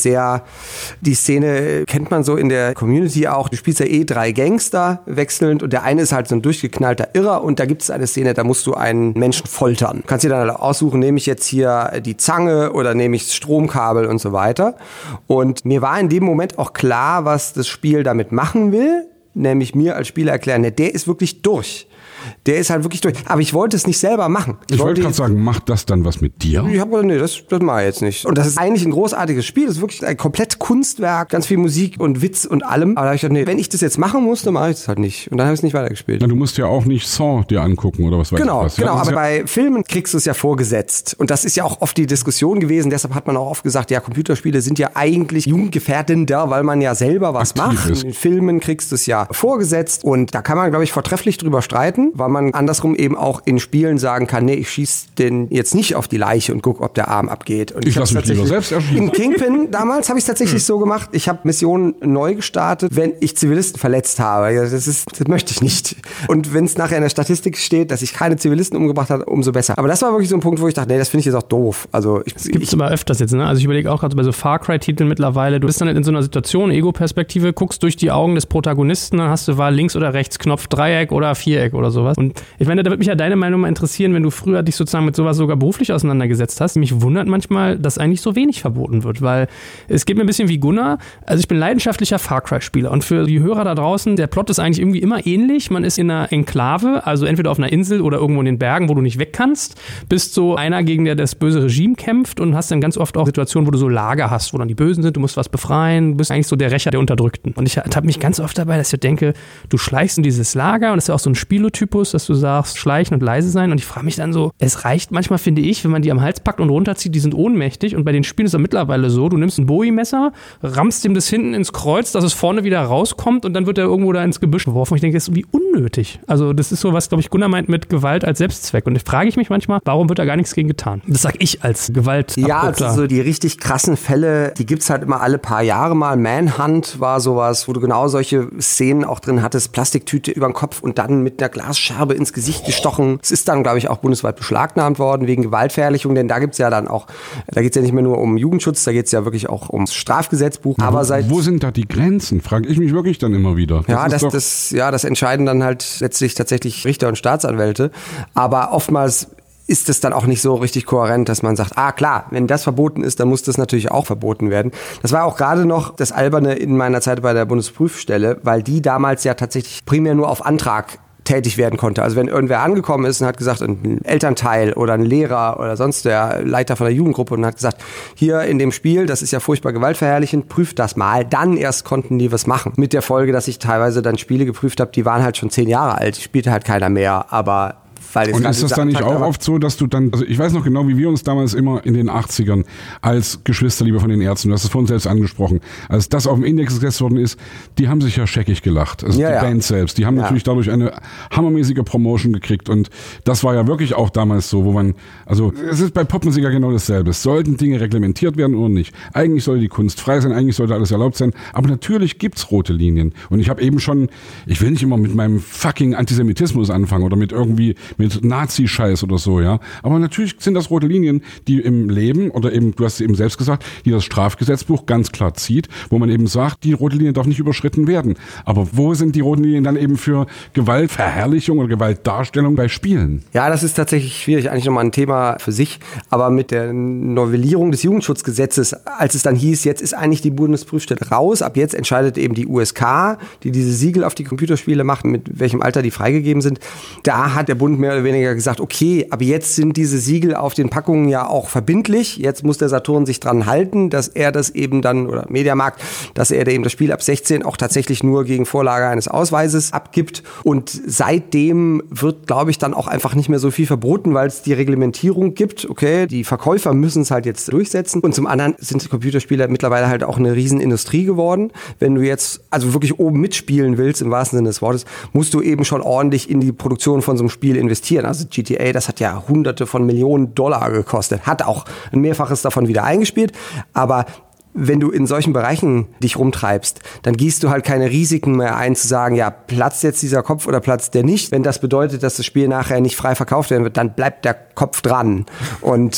die Szene kennt man so in der Community auch, du spielst ja 3 Gangster wechselnd und der eine ist halt so ein durchgeknallter Irrer und da gibt es eine Szene, da musst du einen Menschen foltern. Du kannst dir dann aussuchen, nehme ich jetzt hier die Zange oder nehme ich das Stromkabel und so weiter. Und mir war in dem Moment auch klar, was das Spiel damit machen will, nämlich mir als Spieler erklären, der ist wirklich durch. Der ist halt wirklich durch. Aber ich wollte es nicht selber machen. Ich wollte gerade sagen, macht das dann was mit dir? Ich habe nee, das mache ich jetzt nicht. Und das ist eigentlich ein großartiges Spiel. Das ist wirklich ein komplett Kunstwerk, ganz viel Musik und Witz und allem. Aber da habe ich gedacht, nee, wenn ich das jetzt machen muss, dann mache ich das halt nicht. Und dann habe ich es nicht weitergespielt. Na, du musst ja auch nicht Saw dir angucken oder was weiß ich was. Genau, aber bei Filmen kriegst du es ja vorgesetzt. Und das ist ja auch oft die Diskussion gewesen. Deshalb hat man auch oft gesagt, ja, Computerspiele sind ja eigentlich jugendgefährdender, weil man ja selber was macht. In Filmen kriegst du es ja vorgesetzt. Und da kann man, glaube ich, vortrefflich drüber streiten, weil man andersrum eben auch in Spielen sagen kann, nee, ich schieße den jetzt nicht auf die Leiche und gucke, ob der Arm abgeht. Und ich lasse mich lieber selbst erschießen. Im Kingpin damals habe ich es tatsächlich so gemacht, ich habe Missionen neu gestartet, wenn ich Zivilisten verletzt habe. Das möchte ich nicht. Und wenn es nachher in der Statistik steht, dass ich keine Zivilisten umgebracht habe, umso besser. Aber das war wirklich so ein Punkt, wo ich dachte, nee, das finde ich jetzt auch doof. Also das gibt es aber öfters jetzt, ne? Also ich überlege auch gerade bei so Far Cry-Titeln mittlerweile, du bist dann in so einer Situation, Ego-Perspektive, guckst durch die Augen des Protagonisten, dann hast du Wahl links oder rechts, Knopf Dreieck oder Viereck oder sowas. Und ich meine, da würde mich ja deine Meinung mal interessieren, wenn du früher dich sozusagen mit sowas sogar beruflich auseinandergesetzt hast. Mich wundert manchmal, dass eigentlich so wenig verboten wird, weil es geht mir ein bisschen wie Gunnar. Also ich bin leidenschaftlicher Far Cry-Spieler und für die Hörer da draußen, der Plot ist eigentlich irgendwie immer ähnlich. Man ist in einer Enklave, also entweder auf einer Insel oder irgendwo in den Bergen, wo du nicht weg kannst. Bist so einer, gegen der das böse Regime kämpft und hast dann ganz oft auch Situationen, wo du so Lager hast, wo dann die Bösen sind, du musst was befreien, du bist eigentlich so der Rächer der Unterdrückten. Und ich habe mich ganz oft dabei, dass ich denke, du schleichst in dieses Lager und das ist ja auch so ein Spielotypus, dass du sagst, schleichen und leise sein. Und ich frage mich dann so, es reicht manchmal, finde ich, wenn man die am Hals packt und runterzieht, die sind ohnmächtig. Und bei den Spielen ist es mittlerweile so, du nimmst ein Bowie-Messer, rammst ihm das hinten ins Kreuz, dass es vorne wieder rauskommt und dann wird er irgendwo da ins Gebüsch geworfen. Und ich denke, das ist irgendwie unnötig. Also das ist so, was, glaube ich, Gunnar meint mit Gewalt als Selbstzweck. Und da frage ich mich manchmal, warum wird da gar nichts gegen getan? Das sage ich als Gewalt. Ja, also so die richtig krassen Fälle, die gibt's halt immer alle paar Jahre mal. Manhunt war sowas, wo du genau solche Szenen auch drin hattest, Plastiktüte über den Kopf und dann mit einer Glasscherbe ins Gesicht gestochen. Es ist dann, glaube ich, auch bundesweit beschlagnahmt worden wegen Gewaltverherrlichung, denn da gibt's ja dann auch, da geht's ja nicht mehr nur um Jugendschutz, da geht's ja wirklich auch ums Strafgesetzbuch. Ja, aber wo sind da die Grenzen? Frage ich mich wirklich dann immer wieder. Das entscheiden dann halt letztlich tatsächlich Richter und Staatsanwälte. Aber oftmals ist es dann auch nicht so richtig kohärent, dass man sagt, klar, wenn das verboten ist, dann muss das natürlich auch verboten werden. Das war auch gerade noch das Alberne in meiner Zeit bei der Bundesprüfstelle, weil die damals ja tatsächlich primär nur auf Antrag tätig werden konnte. Also wenn irgendwer angekommen ist und hat gesagt, ein Elternteil oder ein Lehrer oder sonst der Leiter von der Jugendgruppe und hat gesagt, hier in dem Spiel, das ist ja furchtbar gewaltverherrlichend, prüft das mal. Dann erst konnten die was machen. Mit der Folge, dass ich teilweise dann Spiele geprüft habe, die waren halt schon 10 Jahre alt, die spielte halt keiner mehr, aber Und ist das dann nicht auch oft so, dass du dann, also ich weiß noch genau, wie wir uns damals immer in den 80ern als Geschwisterliebe von den Ärzten, du hast es vorhin selbst angesprochen, als das auf dem Index gesetzt worden ist, die haben sich ja scheckig gelacht. Also die Band selbst, die haben natürlich dadurch eine hammermäßige Promotion gekriegt und das war ja wirklich auch damals so, wo man, also es ist bei Popmusik ja genau dasselbe. Sollten Dinge reglementiert werden oder nicht? Eigentlich sollte die Kunst frei sein, eigentlich sollte alles erlaubt sein, aber natürlich gibt's rote Linien. Und ich habe eben schon, ich will nicht immer mit meinem fucking Antisemitismus anfangen oder mit irgendwie mit Nazi-Scheiß oder so, ja. Aber natürlich sind das rote Linien, die im Leben oder eben, du hast es eben selbst gesagt, die das Strafgesetzbuch ganz klar zieht, wo man eben sagt, die rote Linie darf nicht überschritten werden. Aber wo sind die roten Linien dann eben für Gewaltverherrlichung oder Gewaltdarstellung bei Spielen? Ja, das ist tatsächlich schwierig, eigentlich nochmal ein Thema für sich. Aber mit der Novellierung des Jugendschutzgesetzes, als es dann hieß, jetzt ist eigentlich die Bundesprüfstelle raus, ab jetzt entscheidet eben die USK, die diese Siegel auf die Computerspiele macht, mit welchem Alter die freigegeben sind. Da hat der Bund mehr oder weniger gesagt, okay, aber jetzt sind diese Siegel auf den Packungen ja auch verbindlich. Jetzt muss der Saturn sich dran halten, dass er das eben dann, oder Mediamarkt, dass er eben das Spiel ab 16 auch tatsächlich nur gegen Vorlage eines Ausweises abgibt. Und seitdem wird, glaube ich, dann auch einfach nicht mehr so viel verboten, weil es die Reglementierung gibt. Okay, die Verkäufer müssen es halt jetzt durchsetzen. Und zum anderen sind Computerspiele mittlerweile halt auch eine Riesenindustrie geworden. Wenn du jetzt also wirklich oben mitspielen willst, im wahrsten Sinne des Wortes, musst du eben schon ordentlich in die Produktion von so einem Spiel investieren. Also GTA, das hat ja Hunderte von Millionen $, gekostet. Hat auch ein Mehrfaches davon wieder eingespielt. Aber wenn du in solchen Bereichen dich rumtreibst, dann gehst du halt keine Risiken mehr ein, zu sagen, ja, platzt jetzt dieser Kopf oder platzt der nicht. Wenn das bedeutet, dass das Spiel nachher nicht frei verkauft werden wird, dann bleibt der Kopf dran. Und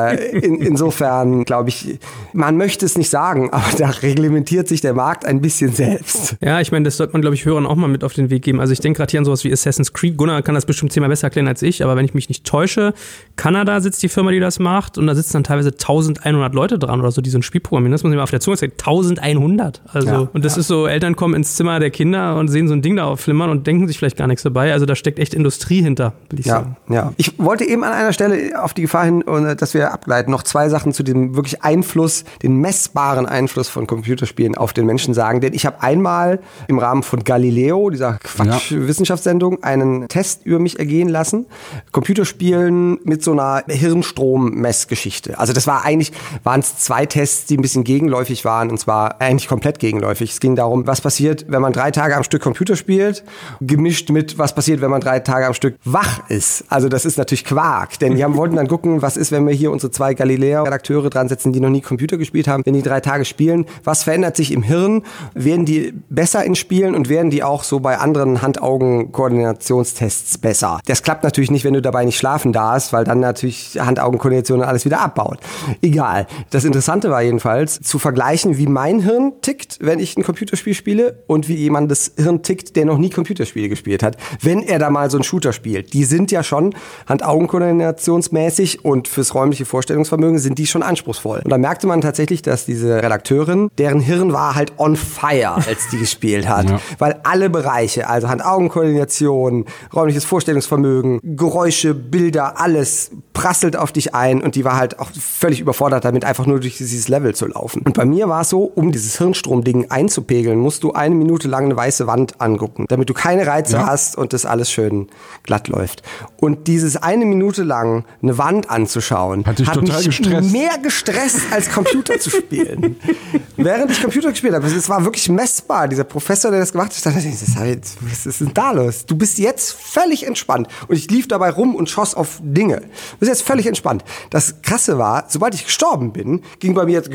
insofern, glaube ich, man möchte es nicht sagen, aber da reglementiert sich der Markt ein bisschen selbst. Ja, ich meine, das sollte man, glaube ich, Hörern auch mal mit auf den Weg geben. Also ich denke gerade hier an sowas wie Assassin's Creed. Gunnar kann das bestimmt zehnmal besser erklären als ich, aber wenn ich mich nicht täusche, Kanada sitzt die Firma, die das macht, und da sitzen dann teilweise 1100 Leute dran oder so, die so ein Spiel programmieren. Das muss ich mal auf der Zunge sagen, 1100. Also, und das ist so, Eltern kommen ins Zimmer der Kinder und sehen so ein Ding da aufflimmern und denken sich vielleicht gar nichts dabei. Also da steckt echt Industrie hinter, will ich sagen. Ja. Ich wollte eben an einer Stelle auf die Gefahr hin, dass wir ableiten, noch zwei Sachen zu dem wirklich Einfluss, den messbaren Einfluss von Computerspielen auf den Menschen sagen. Denn ich habe einmal im Rahmen von Galileo, dieser Quatsch-Wissenschaftssendung, einen Test über mich ergehen lassen. Computerspielen mit so einer Hirnstrommessgeschichte. Also das waren es 2 Tests, die ein bisschen gegenläufig waren, und zwar eigentlich komplett gegenläufig. Es ging darum, was passiert, wenn man 3 Tage am Stück Computer spielt, gemischt mit, was passiert, wenn man 3 Tage am Stück wach ist. Also das ist natürlich Quark, denn die wollten dann gucken, was ist, wenn wir hier unsere 2 Galileo-Redakteure dran setzen, die noch nie Computer gespielt haben, wenn die 3 Tage spielen, was verändert sich im Hirn? Werden die besser in Spielen und werden die auch so bei anderen Hand-Augen-Koordinationstests besser? Das klappt natürlich nicht, wenn du dabei nicht schlafen darfst, weil dann natürlich Hand-Augen-Koordination alles wieder abbaut. Egal. Das Interessante war jedenfalls, zu vergleichen, wie mein Hirn tickt, wenn ich ein Computerspiel spiele, und wie jemandes Hirn tickt, der noch nie Computerspiele gespielt hat, wenn er da mal so einen Shooter spielt. Die sind ja schon Hand-Augen-Koordinationsmäßig und fürs räumliche Vorstellungsvermögen sind die schon anspruchsvoll. Und da merkte man tatsächlich, dass diese Redakteurin, deren Hirn war halt on fire, als die gespielt hat. Ja. Weil alle Bereiche, also Hand-Augen-Koordination, räumliches Vorstellungsvermögen, Geräusche, Bilder, alles prasselt auf dich ein, und die war halt auch völlig überfordert damit, einfach nur durch dieses Level zu laufen. Und bei mir war es so, um dieses Hirnstromding einzupegeln, musst du 1 Minute lang eine weiße Wand angucken, damit du keine Reize hast und das alles schön glatt läuft. Und dieses 1 Minute lang eine Wand anzuschauen, hat mich mehr gestresst, als Computer zu spielen. Während ich Computer gespielt habe, es war wirklich messbar. Dieser Professor, der das gemacht hat, ich dachte, was ist denn da los? Du bist jetzt völlig entspannt. Und ich lief dabei rum und schoss auf Dinge. Du bist jetzt völlig entspannt. Das Krasse war, sobald ich gestorben bin, ging bei mir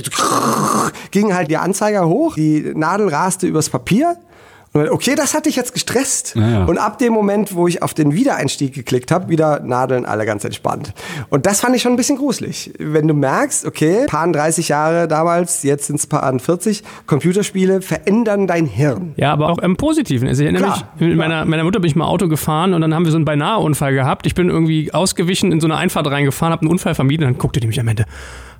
ging halt der Anzeiger hoch, die Nadel raste übers Papier. Und okay, das hat dich jetzt gestresst. Ja. Und ab dem Moment, wo ich auf den Wiedereinstieg geklickt habe, wieder Nadeln, alle ganz entspannt. Und das fand ich schon ein bisschen gruselig. Wenn du merkst, okay, paar 30 Jahre damals, jetzt sind es paar 40, Computerspiele verändern dein Hirn. Ja, aber auch im Positiven. Also ich erinnere mich, mit meiner Mutter bin ich mal Auto gefahren, und dann haben wir so einen Beinahe-Unfall gehabt. Ich bin irgendwie ausgewichen, in so eine Einfahrt reingefahren, habe einen Unfall vermieden, und dann guckte die mich am Ende: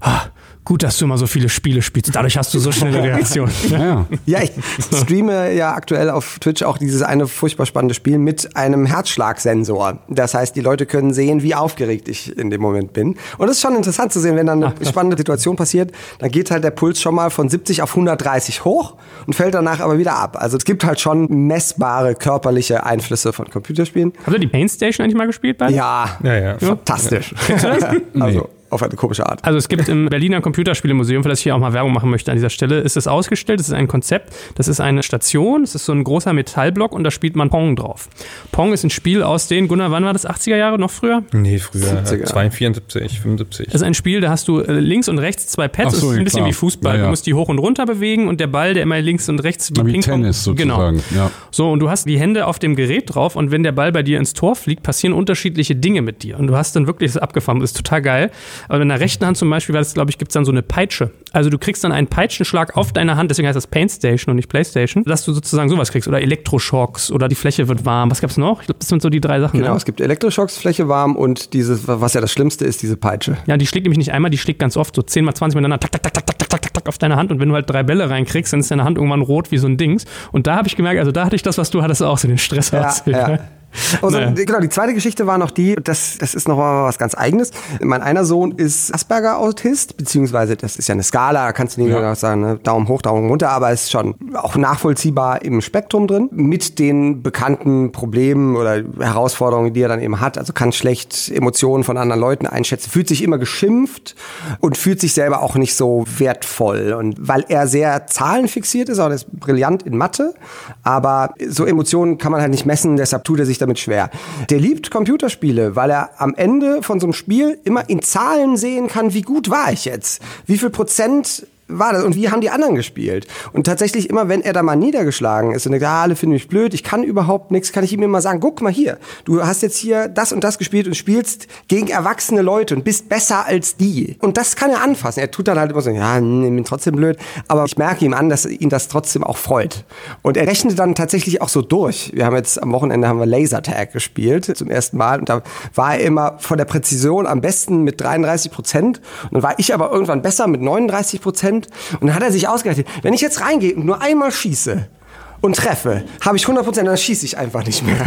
gut, dass du immer so viele Spiele spielst. Dadurch hast du so schnelle Reaktionen. Ja, ich streame ja aktuell auf Twitch auch dieses eine furchtbar spannende Spiel mit einem Herzschlagsensor. Das heißt, die Leute können sehen, wie aufgeregt ich in dem Moment bin. Und es ist schon interessant zu sehen, wenn dann eine spannende Situation passiert, dann geht halt der Puls schon mal von 70 auf 130 hoch und fällt danach aber wieder ab. Also es gibt halt schon messbare körperliche Einflüsse von Computerspielen. Habt ihr die Pain Station eigentlich mal gespielt beide? Ja. Fantastisch. Also auf eine komische Art. Also es gibt im Berliner Computerspielemuseum, für das ich hier auch mal Werbung machen möchte an dieser Stelle, ist es ausgestellt, das ist ein Konzept, das ist eine Station, das ist so ein großer Metallblock und da spielt man Pong drauf. Pong ist ein Spiel aus den, Gunnar, wann war das, 80er Jahre, noch früher? Nee, früher, 70er. 74, 75. Das ist ein Spiel, da hast du links und rechts zwei Pads, das ist ein bisschen wie Fußball, du musst die hoch und runter bewegen und der Ball, der immer links und rechts wie Ping-Pong. Tennis sozusagen. Genau. So, und du hast die Hände auf dem Gerät drauf und wenn der Ball bei dir ins Tor fliegt, passieren unterschiedliche Dinge mit dir und du hast dann wirklich das abgefahren, das ist total geil, aber in der rechten Hand zum Beispiel, gibt es dann so eine Peitsche. Also du kriegst dann einen Peitschenschlag auf deine Hand, deswegen heißt das Pain Station und nicht Playstation, dass du sozusagen sowas kriegst oder Elektroschocks oder die Fläche wird warm. Was gab's noch? Ich glaube, das sind so die 3 Sachen. Genau, ne? Es gibt Elektroschocks, Fläche warm und dieses, was ja das Schlimmste ist, diese Peitsche. Ja, die schlägt nämlich nicht einmal, die schlägt ganz oft, so 10 mal 20 miteinander, tak, tak, tak, tak, tak, tak, tak, tak auf deine Hand und wenn du halt 3 Bälle reinkriegst, dann ist deine Hand irgendwann rot wie so ein Dings. Und da habe ich gemerkt, also da hatte ich das, was du hattest, auch so den Stress erzählt. Ja. Also, genau, die zweite Geschichte war noch die, das ist noch mal was ganz Eigenes. Mein einer Sohn ist Asperger-Autist, beziehungsweise das ist ja eine Skala, da kannst du nicht genau sagen, ne? Daumen hoch, Daumen runter, aber es ist schon auch nachvollziehbar im Spektrum drin, mit den bekannten Problemen oder Herausforderungen, die er dann eben hat. Also kann schlecht Emotionen von anderen Leuten einschätzen, fühlt sich immer geschimpft und fühlt sich selber auch nicht so wertvoll. Und weil er sehr zahlenfixiert ist, auch er ist brillant in Mathe, aber so Emotionen kann man halt nicht messen, deshalb tut er sich damit schwer. Der liebt Computerspiele, weil er am Ende von so einem Spiel immer in Zahlen sehen kann, wie gut war ich jetzt? Wie viel Prozent war das und wie haben die anderen gespielt? Und tatsächlich immer, wenn er da mal niedergeschlagen ist und denkt, alle finden mich blöd, ich kann überhaupt nichts, kann ich ihm immer sagen, guck mal hier, du hast jetzt hier das und das gespielt und spielst gegen erwachsene Leute und bist besser als die. Und das kann er anfassen. Er tut dann halt immer so, ja, ich bin trotzdem blöd, aber ich merke ihm an, dass ihn das trotzdem auch freut. Und er rechnet dann tatsächlich auch so durch. Wir haben jetzt am Wochenende Lasertag gespielt, zum ersten Mal, und da war er immer von der Präzision am besten mit 33%. Und dann war ich aber irgendwann besser mit 39%. Und dann hat er sich ausgerechnet, wenn ich jetzt reingehe und nur einmal schieße und treffe, habe ich 100%, dann schieße ich einfach nicht mehr.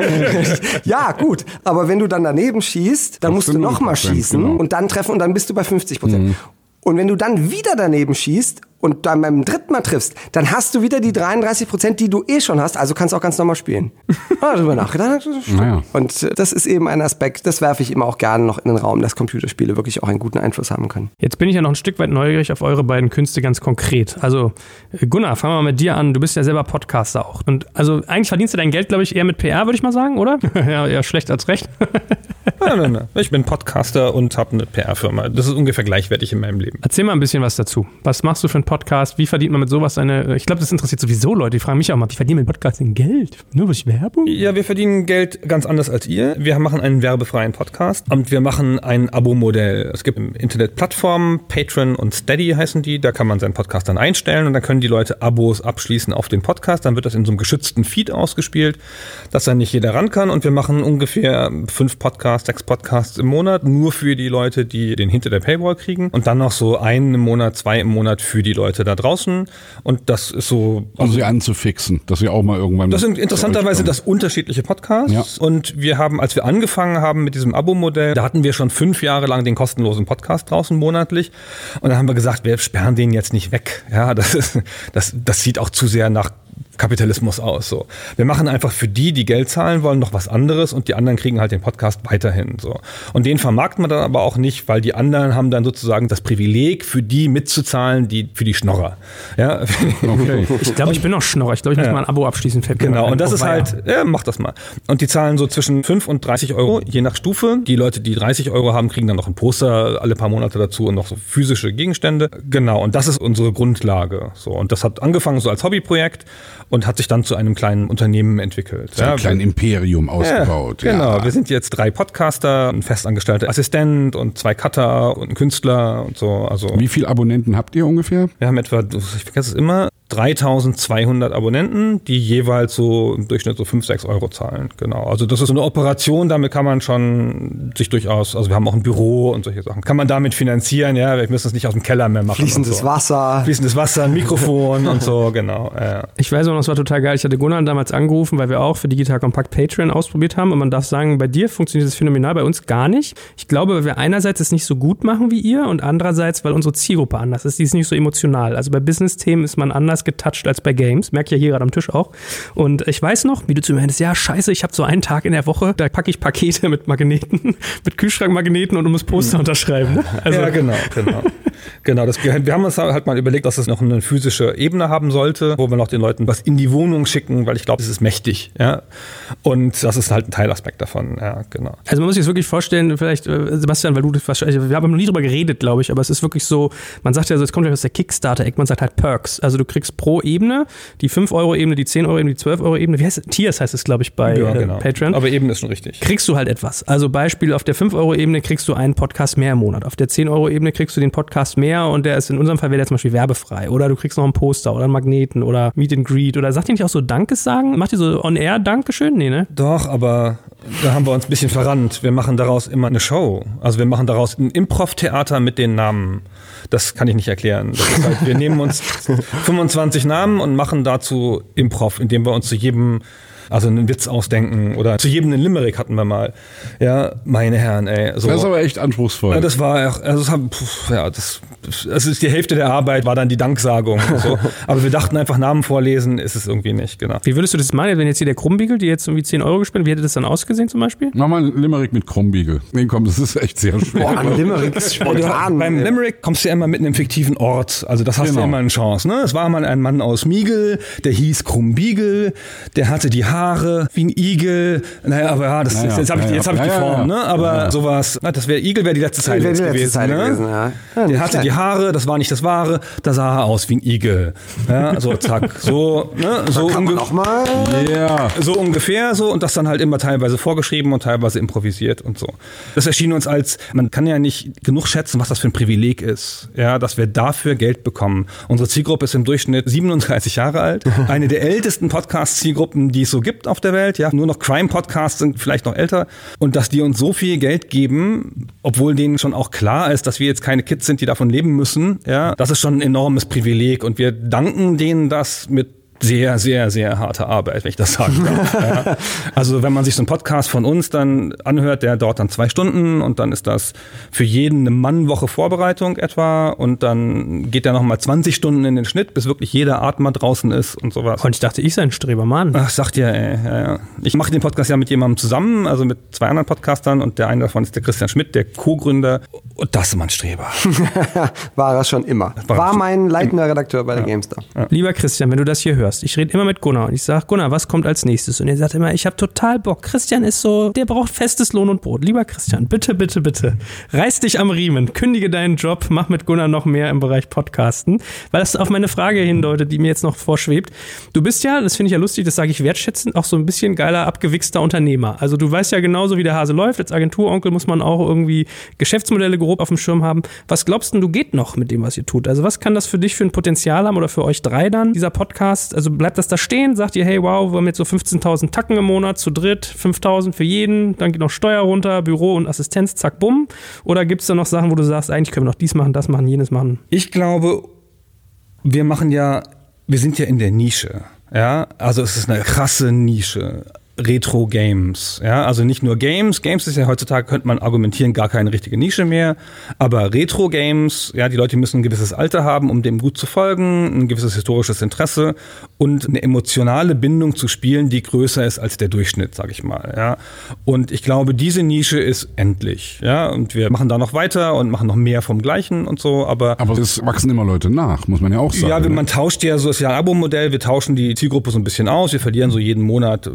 Ja, gut, aber wenn du dann daneben schießt, dann musst du nochmal schießen und dann treffen und dann bist du bei 50%. Und wenn du dann wieder daneben schießt und dann beim dritten Mal triffst, dann hast du wieder die 33%, die du schon hast, also kannst du auch ganz normal spielen. Darüber nachgedacht. Naja. Und das ist eben ein Aspekt, das werfe ich immer auch gerne noch in den Raum, dass Computerspiele wirklich auch einen guten Einfluss haben können. Jetzt bin ich ja noch ein Stück weit neugierig auf eure beiden Künste ganz konkret. Also Gunnar, fangen wir mal mit dir an. Du bist ja selber Podcaster auch. Und also eigentlich verdienst du dein Geld, glaube ich, eher mit PR, würde ich mal sagen, oder? Ja, eher schlecht als recht. Nein. Ich bin Podcaster und habe eine PR-Firma. Das ist ungefähr gleichwertig in meinem Leben. Erzähl mal ein bisschen was dazu. Was machst du für einen Podcast? Wie verdient man mit sowas ich glaube, das interessiert sowieso Leute. Die fragen mich auch mal, wie verdienen mit Podcasting Geld? Nur durch Werbung? Ja, wir verdienen Geld ganz anders als ihr. Wir machen einen werbefreien Podcast und wir machen ein Abo-Modell. Es gibt im Internet Plattformen, Patreon und Steady heißen die. Da kann man seinen Podcast dann einstellen und dann können die Leute Abos abschließen auf den Podcast. Dann wird das in so einem geschützten Feed ausgespielt, dass dann nicht jeder ran kann. Und wir machen ungefähr 6 Podcasts im Monat, nur für die Leute, die den hinter der Paywall kriegen. Und dann noch so 1 im Monat, 2 im Monat für die Leute da draußen. Und das ist so... Um sie anzufixen, dass sie auch mal irgendwann... Das sind interessanterweise das unterschiedliche Podcasts. Ja. Und wir haben, als wir angefangen haben mit diesem Abo-Modell, da hatten wir schon 5 Jahre lang den kostenlosen Podcast draußen monatlich. Und dann haben wir gesagt, wir sperren den jetzt nicht weg. Ja, das sieht auch zu sehr nach Kapitalismus aus. So. Wir machen einfach für die Geld zahlen wollen, noch was anderes und die anderen kriegen halt den Podcast weiterhin. So. Und den vermarkten wir dann aber auch nicht, weil die anderen haben dann sozusagen das Privileg, für die mitzuzahlen, für die Schnorrer. Ja? Okay. Ich glaube, ich bin noch Schnorrer. Ich glaube, ich muss mal ein Abo abschließen. Genau, und das ist halt, mach das mal. Und die zahlen so zwischen 5 und 30 Euro, je nach Stufe. Die Leute, die 30 Euro haben, kriegen dann noch ein Poster alle paar Monate dazu und noch so physische Gegenstände. Genau, und das ist unsere Grundlage. So. Und das hat angefangen so als Hobbyprojekt und hat sich dann zu einem kleinen Unternehmen entwickelt. So ein kleines Imperium ausgebaut. Ja, genau, wir sind jetzt 3 Podcaster, ein festangestellter Assistent und 2 Cutter und ein Künstler und so. Also wie viele Abonnenten habt ihr ungefähr? Wir haben etwa, ich vergesse es immer, 3.200 Abonnenten, die jeweils so im Durchschnitt so 5-6 Euro zahlen. Genau. Also das ist so eine Operation, damit kann man schon sich durchaus, also wir haben auch ein Büro und solche Sachen, kann man damit finanzieren, ja, wir müssen es nicht aus dem Keller mehr machen. Fließendes Wasser, ein Mikrofon und so, genau. Ja. Ich weiß auch noch, es war total geil. Ich hatte Gunnar damals angerufen, weil wir auch für Digital Compact Patreon ausprobiert haben und man darf sagen, bei dir funktioniert das phänomenal, bei uns gar nicht. Ich glaube, weil wir einerseits es nicht so gut machen wie ihr und andererseits, weil unsere Zielgruppe anders ist. Die ist nicht so emotional. Also bei Business-Themen ist man anders getoucht als bei Games. Merke ich ja hier gerade am Tisch auch. Und ich weiß noch, wie du zu mir meintest, ja scheiße, ich habe so einen Tag in der Woche, da packe ich Pakete mit Magneten, mit Kühlschrankmagneten und muss Poster unterschreiben. Ne? Also ja, genau. Genau, wir haben uns halt mal überlegt, dass es noch eine physische Ebene haben sollte, wo wir noch den Leuten was in die Wohnung schicken, weil ich glaube, es ist mächtig. Ja? Und das ist halt ein Teilaspekt davon. Ja, genau. Also man muss sich das wirklich vorstellen, vielleicht, Sebastian, weil du das wahrscheinlich, wir haben noch nie drüber geredet, glaube ich, aber es ist wirklich so, man sagt ja so, es kommt ja aus der Kickstarter-Eck, man sagt halt Perks. Also du kriegst pro Ebene, die 5-Euro-Ebene, die 10-Euro-Ebene, die 12-Euro-Ebene, wie heißt es? Tiers heißt es, glaube ich, bei genau. Patreon. Aber Ebene ist schon richtig. Kriegst du halt etwas. Also Beispiel, auf der 5-Euro-Ebene kriegst du einen Podcast mehr im Monat. Auf der 10-Euro-Ebene kriegst du den Podcast mehr und der ist in unserem Fall wäre der zum Beispiel werbefrei. Oder du kriegst noch einen Poster oder einen Magneten oder Meet and Greet oder sagt ihr nicht auch so Dankessagen? Macht ihr so on-air Dankeschön? Nee, ne? Doch, aber da haben wir uns ein bisschen verrannt. Wir machen daraus immer eine Show. Also wir machen daraus ein Improv-Theater mit den Namen. Das kann ich nicht erklären. Das ist halt, wir nehmen uns 25 Namen und machen dazu Improv, indem wir uns zu jedem einen Witz ausdenken oder zu jedem einen Limerick hatten wir mal. Ja, meine Herren, ey. So. Das ist aber echt anspruchsvoll. Ja, das war, das ist die Hälfte der Arbeit, war dann die Danksagung. So. Aber wir dachten einfach, Namen vorlesen ist es irgendwie nicht, genau. Wie würdest du das meinen, wenn jetzt hier der Krummbiegel, die jetzt irgendwie 10 Euro gespendet, wie hätte das dann ausgesehen zum Beispiel? Mach mal einen Limerick mit Krummbiegel. Nee, komm, das ist echt sehr schwer. Boah, ein Limerick ist spontan. Beim Limerick kommst du ja immer mit einem fiktiven Ort. Also das hast du immer eine Chance. Ne? Es war mal ein Mann aus Miegel, der hieß Krummbiegel, der hatte die Haare wie ein Igel. Naja, aber ja, jetzt habe ich die Form. Ne? Aber sowas, das Igel wäre die letzte Zeile gewesen. Ne? Der hatte die Haare, das war nicht das Wahre, da sah er aus wie ein Igel. Ja, so zack, so, ne? So, so ungefähr so und das dann halt immer teilweise vorgeschrieben und teilweise improvisiert und so. Das erschien uns als, man kann ja nicht genug schätzen, was das für ein Privileg ist, ja, dass wir dafür Geld bekommen. Unsere Zielgruppe ist im Durchschnitt 37 Jahre alt, eine der ältesten Podcast-Zielgruppen, die es so gibt auf der Welt, ja, nur noch Crime-Podcasts sind vielleicht noch älter und dass die uns so viel Geld geben, obwohl denen schon auch klar ist, dass wir jetzt keine Kids sind, die davon leben müssen, ja, das ist schon ein enormes Privileg und wir danken denen das mit sehr, sehr, sehr harte Arbeit, wenn ich das sagen darf. Ja. Also wenn man sich so einen Podcast von uns dann anhört, der dauert dann 2 Stunden und dann ist das für jeden eine Mannwoche Vorbereitung etwa und dann geht der nochmal 20 Stunden in den Schnitt, bis wirklich jeder Atmer draußen ist und sowas. Und ich dachte, ich sei ein Strebermann. Ach, sagt ihr, ey. Ja. Ich mache den Podcast ja mit jemandem zusammen, also mit 2 anderen Podcastern und der eine davon ist der Christian Schmidt, der Co-Gründer. Und das ist immer ein Streber. War er schon immer. War mein leitender Redakteur bei der GameStar. Ja. Lieber Christian, wenn du das hier hörst, ich rede immer mit Gunnar und ich sage, Gunnar, was kommt als nächstes? Und er sagt immer, ich habe total Bock. Christian ist so, der braucht festes Lohn und Brot. Lieber Christian, bitte, bitte, bitte, reiß dich am Riemen, kündige deinen Job, mach mit Gunnar noch mehr im Bereich Podcasten, weil das auf meine Frage hindeutet, die mir jetzt noch vorschwebt. Du bist ja, das finde ich ja lustig, das sage ich wertschätzend, auch so ein bisschen geiler, abgewichster Unternehmer. Also du weißt ja genauso, wie der Hase läuft. Als Agenturonkel muss man auch irgendwie Geschäftsmodelle grob auf dem Schirm haben. Was glaubst du geht noch mit dem, was ihr tut? Also was kann das für dich für ein Potenzial haben oder für euch 3 dann, dieser Podcast? Also bleibt das da stehen? Sagt ihr, hey, wow, wir haben jetzt so 15.000 Tacken im Monat, zu dritt, 5.000 für jeden, dann geht noch Steuer runter, Büro und Assistenz, zack, bumm. Oder gibt es da noch Sachen, wo du sagst, eigentlich können wir noch dies machen, das machen, jenes machen? Ich glaube, wir sind ja in der Nische. Ja, also es ist eine krasse Nische. Retro-Games, ja, also nicht nur Games. Games ist ja heutzutage, könnte man argumentieren, gar keine richtige Nische mehr. Aber Retro-Games, ja, die Leute müssen ein gewisses Alter haben, um dem gut zu folgen, ein gewisses historisches Interesse und eine emotionale Bindung zu Spielen, die größer ist als der Durchschnitt, sag ich mal, ja. Und ich glaube, diese Nische ist endlich, ja. Und wir machen da noch weiter und machen noch mehr vom Gleichen und so, aber es wachsen immer Leute nach, muss man ja auch sagen. Ja, man tauscht ja so, das ist ja ein Abo-Modell, wir tauschen die Zielgruppe so ein bisschen aus, wir verlieren so jeden Monat 0,5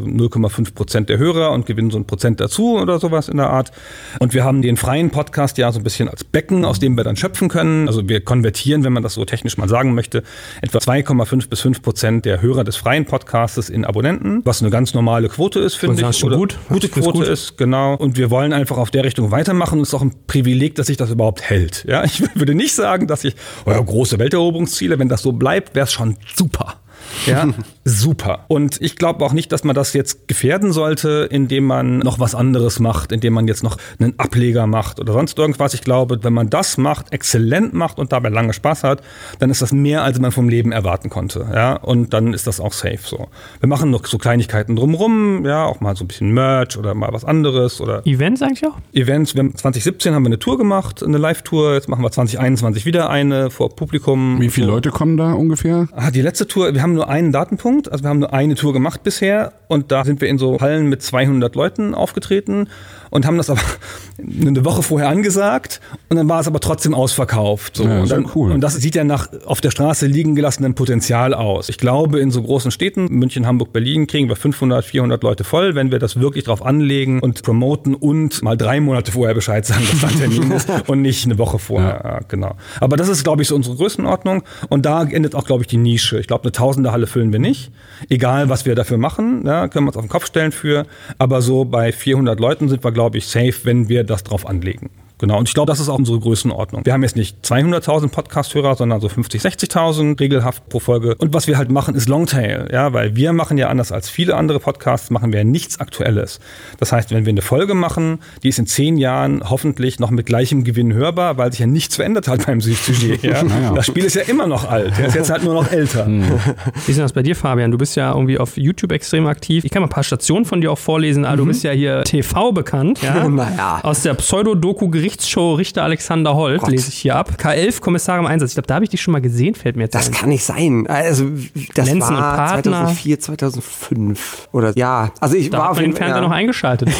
2,5% der Hörer und gewinnen so 1% dazu oder sowas in der Art. Und wir haben den freien Podcast ja so ein bisschen als Becken, aus dem wir dann schöpfen können. Also wir konvertieren, wenn man das so technisch mal sagen möchte, etwa 2,5 bis 5% der Hörer des freien Podcastes in Abonnenten, was eine ganz normale Quote ist, finde ich. Oder gut. Gute Quote ist, genau. Und wir wollen einfach auf der Richtung weitermachen. Und es ist auch ein Privileg, dass sich das überhaupt hält. Ja, ich würde nicht sagen, dass ich große Welteroberungsziele, wenn das so bleibt, wäre es schon super. Ja, super. Und ich glaube auch nicht, dass man das jetzt gefährden sollte, indem man noch was anderes macht, indem man jetzt noch einen Ableger macht oder sonst irgendwas. Ich glaube, wenn man das macht, exzellent macht und dabei lange Spaß hat, dann ist das mehr, als man vom Leben erwarten konnte. Ja, und dann ist das auch safe so. Wir machen noch so Kleinigkeiten drumrum, ja, auch mal so ein bisschen Merch oder mal was anderes oder Events eigentlich auch? Events. 2017 haben wir eine Tour gemacht, eine Live-Tour. Jetzt machen wir 2021 wieder eine vor Publikum. Wie viele Leute kommen da ungefähr? Die letzte Tour, wir haben nur einen Datenpunkt, also wir haben nur eine Tour gemacht bisher und da sind wir in so Hallen mit 200 Leuten aufgetreten und haben das aber eine Woche vorher angesagt und dann war es aber trotzdem ausverkauft. So. Ja, und dann, cool. Und das sieht ja nach auf der Straße liegen gelassenem Potenzial aus. Ich glaube, in so großen Städten, München, Hamburg, Berlin, kriegen wir 500, 400 Leute voll, wenn wir das wirklich drauf anlegen und promoten und mal 3 Monate vorher Bescheid sagen, dass da ein Termin ist und nicht eine Woche vorher. Ja, genau. Aber das ist, glaube ich, so unsere Größenordnung und da endet auch, glaube ich, die Nische. Ich glaube, eine Tausender-Halle füllen wir nicht. Egal, was wir dafür machen, ja, können wir uns auf den Kopf stellen für. Aber so bei 400 Leuten sind wir, glaube ich, safe, wenn wir das drauf anlegen. Genau, und ich glaube, das ist auch unsere Größenordnung. Wir haben jetzt nicht 200.000 Podcast-Hörer, sondern so 50.000, 60.000 regelhaft pro Folge. Und was wir halt machen, ist Longtail, ja, weil wir machen ja anders als viele andere Podcasts, machen wir nichts Aktuelles. Das heißt, wenn wir eine Folge machen, die ist in 10 Jahren hoffentlich noch mit gleichem Gewinn hörbar, weil sich ja nichts verändert hat beim Sujet. Ja? Naja. Das Spiel ist ja immer noch alt, der ist jetzt halt nur noch älter. Wie ist denn das bei dir, Fabian? Du bist ja irgendwie auf YouTube extrem aktiv. Ich kann mal ein paar Stationen von dir auch vorlesen. Du bist ja hier TV bekannt, ja? Naja. Aus der Pseudo-Doku-Gerichtsshow Richter Alexander Holt, lese ich hier ab. K11, Kommissar im Einsatz. Ich glaube, da habe ich dich schon mal gesehen, fällt mir jetzt Das ein. kann nicht sein. Also, das Lenzen war und Partner. 2004, 2005 oder ja. Also ich Da war hat auf man jeden den Fernseher noch eingeschaltet.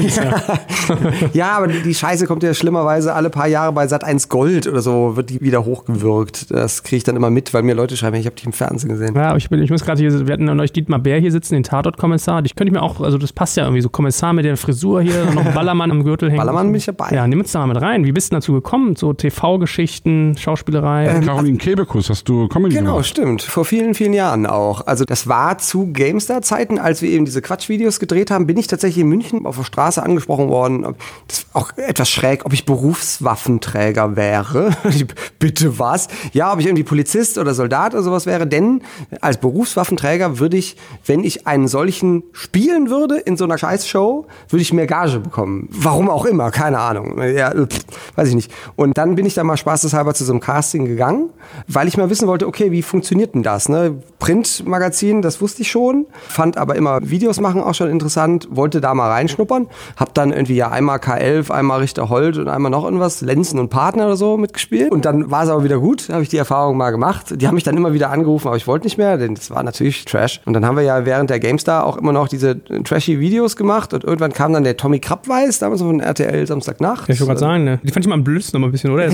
Ja, aber die Scheiße kommt ja schlimmerweise alle paar Jahre bei Sat.1 Gold oder so, wird die wieder hochgewürgt. Das kriege ich dann immer mit, weil mir Leute schreiben, ich habe dich im Fernsehen gesehen. Ja, ich muss gerade hier, wir hatten ja neulich Dietmar Bär hier sitzen, den Tatort-Kommissar. Ich könnte mir auch, also das passt ja irgendwie so, Kommissar mit der Frisur hier, noch ein Ballermann am Gürtel hängen. Ballermann bin ich dabei. Ja, nimm uns da mal mit rein. Wie bist du dazu gekommen? So TV-Geschichten, Schauspielerei. Caroline Kebekus, hast du Comedy Genau, gemacht? stimmt. Vor vielen, vielen Jahren auch. Also das war zu GameStar-Zeiten, als wir eben diese Quatschvideos gedreht haben, bin ich tatsächlich in München auf der Straße angesprochen worden. Das ist auch etwas schräg, ob ich Berufswaffenträger wäre. Bitte was? Ja, ob ich irgendwie Polizist oder Soldat oder sowas wäre. Denn als Berufswaffenträger würde ich, wenn ich einen solchen spielen würde in so einer Scheißshow, würde ich mehr Gage bekommen. Warum auch immer, keine Ahnung. Ja, weiß ich nicht. Und dann bin ich da mal spaßeshalber zu so einem Casting gegangen, weil ich mal wissen wollte, okay, wie funktioniert denn das? Ne? Printmagazin, das wusste ich schon, fand aber immer Videos machen auch schon interessant, wollte da mal reinschnuppern, hab dann irgendwie ja einmal K11, einmal Richter Holt und einmal noch irgendwas, Lenzen und Partner oder so mitgespielt. Und dann war es aber wieder gut, habe ich die Erfahrung mal gemacht. Die haben mich dann immer wieder angerufen, aber ich wollte nicht mehr, denn das war natürlich Trash. Und dann haben wir ja während der GameStar auch immer noch diese trashy Videos gemacht und irgendwann kam dann der Tommy Krabweis, damals von RTL Samstagnacht. Ja, ich wollte gerade sagen, ne? Die fand ich mal am blödsten noch mal ein bisschen, oder?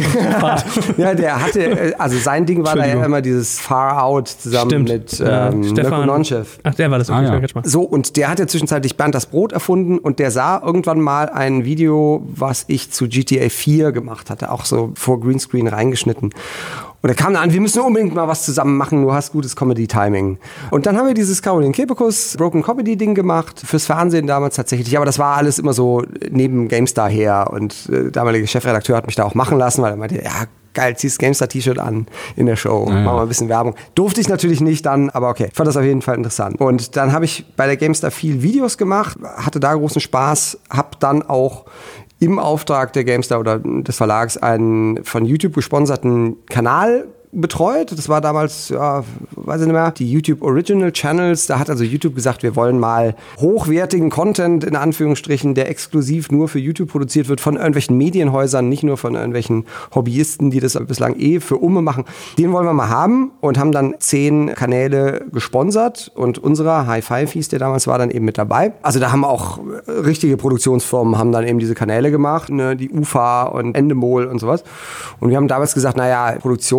Ja, der hatte, also sein Ding war da ja immer dieses Far Out zusammen mit Stefan Nonchev. Ach, der war das. Okay, ja. So, und der hat ja zwischenzeitlich Bernd das Brot erfunden und der sah irgendwann mal ein Video, was ich zu GTA 4 gemacht hatte, auch so vor Greenscreen reingeschnitten. Und er kam da an, wir müssen unbedingt mal was zusammen machen, du hast gutes Comedy-Timing. Und dann haben wir dieses Caroline Kebekus Broken Comedy-Ding gemacht, fürs Fernsehen damals tatsächlich. Aber das war alles immer so neben GameStar her. Und der damalige Chefredakteur hat mich da auch machen lassen, weil er meinte, ja, geil, ziehst GameStar-T-Shirt an in der Show, machen wir ein bisschen Werbung. Durfte ich natürlich nicht dann, aber okay, fand das auf jeden Fall interessant. Und dann habe ich bei der GameStar viel Videos gemacht, hatte da großen Spaß, habe dann auch im Auftrag der GameStar oder des Verlags einen von YouTube gesponserten Kanal betreut. Das war damals, ja, weiß ich nicht mehr, die YouTube Original Channels. Da hat also YouTube gesagt, wir wollen mal hochwertigen Content, in Anführungsstrichen, der exklusiv nur für YouTube produziert wird, von irgendwelchen Medienhäusern, nicht nur von irgendwelchen Hobbyisten, die das bislang für Umme machen. Den wollen wir mal haben und haben dann 10 Kanäle gesponsert und unserer, High Five hieß der damals, war dann eben mit dabei. Also da haben auch richtige Produktionsfirmen haben dann eben diese Kanäle gemacht, ne, die UFA und Endemol und sowas. Und wir haben damals gesagt, naja, Videoproduktion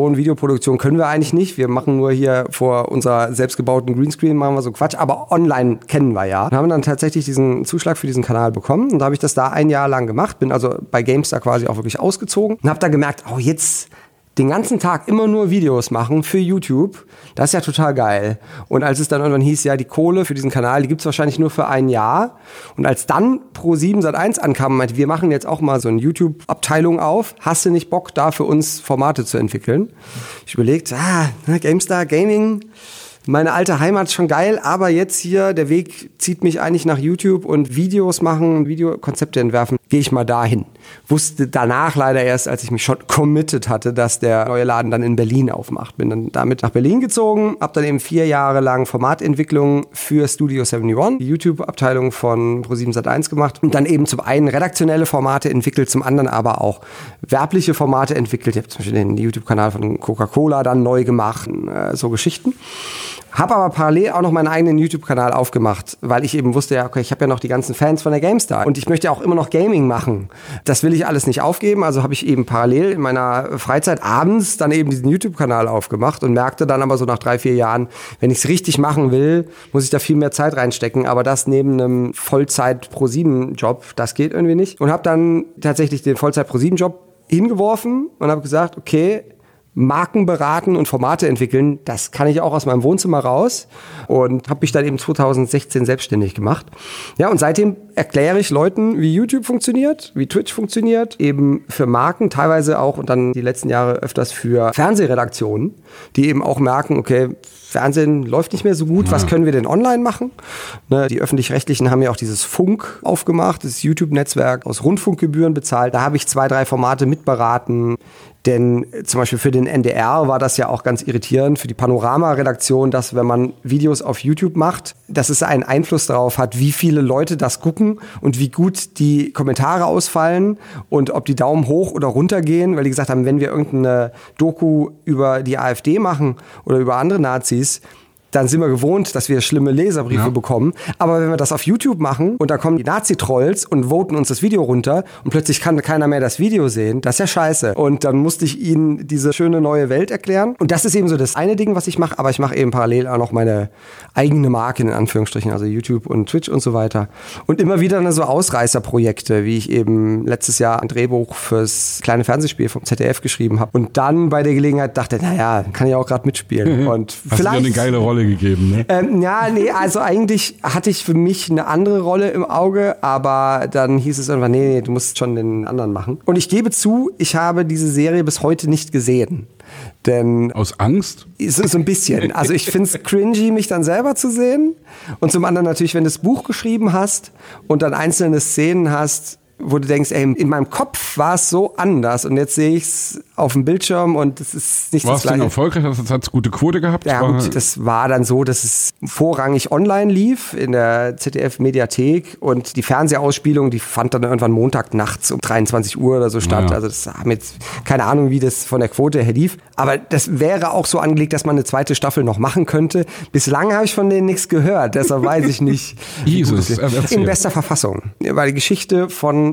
Videoproduktion können wir eigentlich nicht. Wir machen nur hier vor unserer selbstgebauten Greenscreen, machen wir so Quatsch, aber online kennen wir ja. Und haben dann tatsächlich diesen Zuschlag für diesen Kanal bekommen und da habe ich das da ein Jahr lang gemacht, bin also bei GameStar quasi auch wirklich ausgezogen und habe da gemerkt, oh jetzt den ganzen Tag immer nur Videos machen für YouTube, das ist ja total geil. Und als es dann irgendwann hieß, ja, die Kohle für diesen Kanal, die gibt's wahrscheinlich nur für ein Jahr. Und als dann Pro7 Sat.1 ankam und meinte, wir machen jetzt auch mal so eine YouTube-Abteilung auf, hast du nicht Bock, da für uns Formate zu entwickeln? Ich überlegt, GameStar, Gaming, meine alte Heimat ist schon geil, aber jetzt hier, der Weg zieht mich eigentlich nach YouTube und Videos machen, Videokonzepte entwerfen, gehe ich mal dahin. Wusste danach leider erst, als ich mich schon committed hatte, dass der neue Laden dann in Berlin aufmacht. Bin dann damit nach Berlin gezogen, habe dann eben 4 Jahre lang Formatentwicklung für Studio 71, die YouTube-Abteilung von Pro7 Sat.1 gemacht und dann eben zum einen redaktionelle Formate entwickelt, zum anderen aber auch werbliche Formate entwickelt. Ich habe zum Beispiel den YouTube-Kanal von Coca-Cola dann neu gemacht, so Geschichten. Habe aber parallel auch noch meinen eigenen YouTube-Kanal aufgemacht, weil ich eben wusste, ja, okay, ich habe ja noch die ganzen Fans von der GameStar und ich möchte auch immer noch Gaming machen. Das will ich alles nicht aufgeben, also habe ich eben parallel in meiner Freizeit abends dann eben diesen YouTube-Kanal aufgemacht und merkte dann aber so nach 3-4 Jahren, wenn ich es richtig machen will, muss ich da viel mehr Zeit reinstecken, aber das neben einem Vollzeit-Pro7-Job, das geht irgendwie nicht. Und habe dann tatsächlich den Vollzeit-Pro7-Job hingeworfen und habe gesagt, okay, Marken beraten und Formate entwickeln, das kann ich auch aus meinem Wohnzimmer raus und habe mich dann eben 2016 selbstständig gemacht. Ja, und seitdem erkläre ich Leuten, wie YouTube funktioniert, wie Twitch funktioniert, eben für Marken, teilweise auch und dann die letzten Jahre öfters für Fernsehredaktionen, die eben auch merken, okay, Fernsehen läuft nicht mehr so gut, was können wir denn online machen? Ne, die Öffentlich-Rechtlichen haben ja auch dieses Funk aufgemacht, das YouTube-Netzwerk aus Rundfunkgebühren bezahlt. Da habe ich 2-3 Formate mitberaten, denn zum Beispiel für den NDR war das ja auch ganz irritierend, für die Panorama-Redaktion, dass wenn man Videos auf YouTube macht, dass es einen Einfluss darauf hat, wie viele Leute das gucken und wie gut die Kommentare ausfallen und ob die Daumen hoch oder runter gehen, weil die gesagt haben, wenn wir irgendeine Doku über die AfD machen oder über andere Nazis, dann sind wir gewohnt, dass wir schlimme Leserbriefe bekommen. Aber wenn wir das auf YouTube machen und da kommen die Nazi-Trolls und voten uns das Video runter und plötzlich kann keiner mehr das Video sehen, das ist ja scheiße. Und dann musste ich ihnen diese schöne neue Welt erklären. Und das ist eben so das eine Ding, was ich mache. Aber ich mache eben parallel auch noch meine eigene Marke, in Anführungsstrichen, also YouTube und Twitch und so weiter. Und immer wieder so Ausreißerprojekte, wie ich eben letztes Jahr ein Drehbuch fürs kleine Fernsehspiel vom ZDF geschrieben habe. Und dann bei der Gelegenheit dachte, naja, kann ich auch gerade mitspielen. Und hast vielleicht du eine geile Rolle gegeben, ne? Also eigentlich hatte ich für mich eine andere Rolle im Auge, aber dann hieß es irgendwann, nee, du musst schon den anderen machen. Und ich gebe zu, ich habe diese Serie bis heute nicht gesehen. Denn aus Angst? So ein bisschen. Also ich finde es cringy, mich dann selber zu sehen. Und zum anderen natürlich, wenn du das Buch geschrieben hast und dann einzelne Szenen hast, wo du denkst, ey, in meinem Kopf war es so anders und jetzt sehe ich es auf dem Bildschirm und es ist nicht das Gleiche. War es denn erfolgreich? Hat es gute Quote gehabt? Ja gut, das war dann so, dass es vorrangig online lief in der ZDF-Mediathek und die Fernsehausspielung, die fand dann irgendwann Montag nachts um 23 Uhr oder so statt. Ja. Also das haben jetzt keine Ahnung, wie das von der Quote her lief. Aber das wäre auch so angelegt, dass man eine zweite Staffel noch machen könnte. Bislang habe ich von denen nichts gehört, deshalb weiß ich nicht. Jesus, in bester Verfassung. War die Geschichte von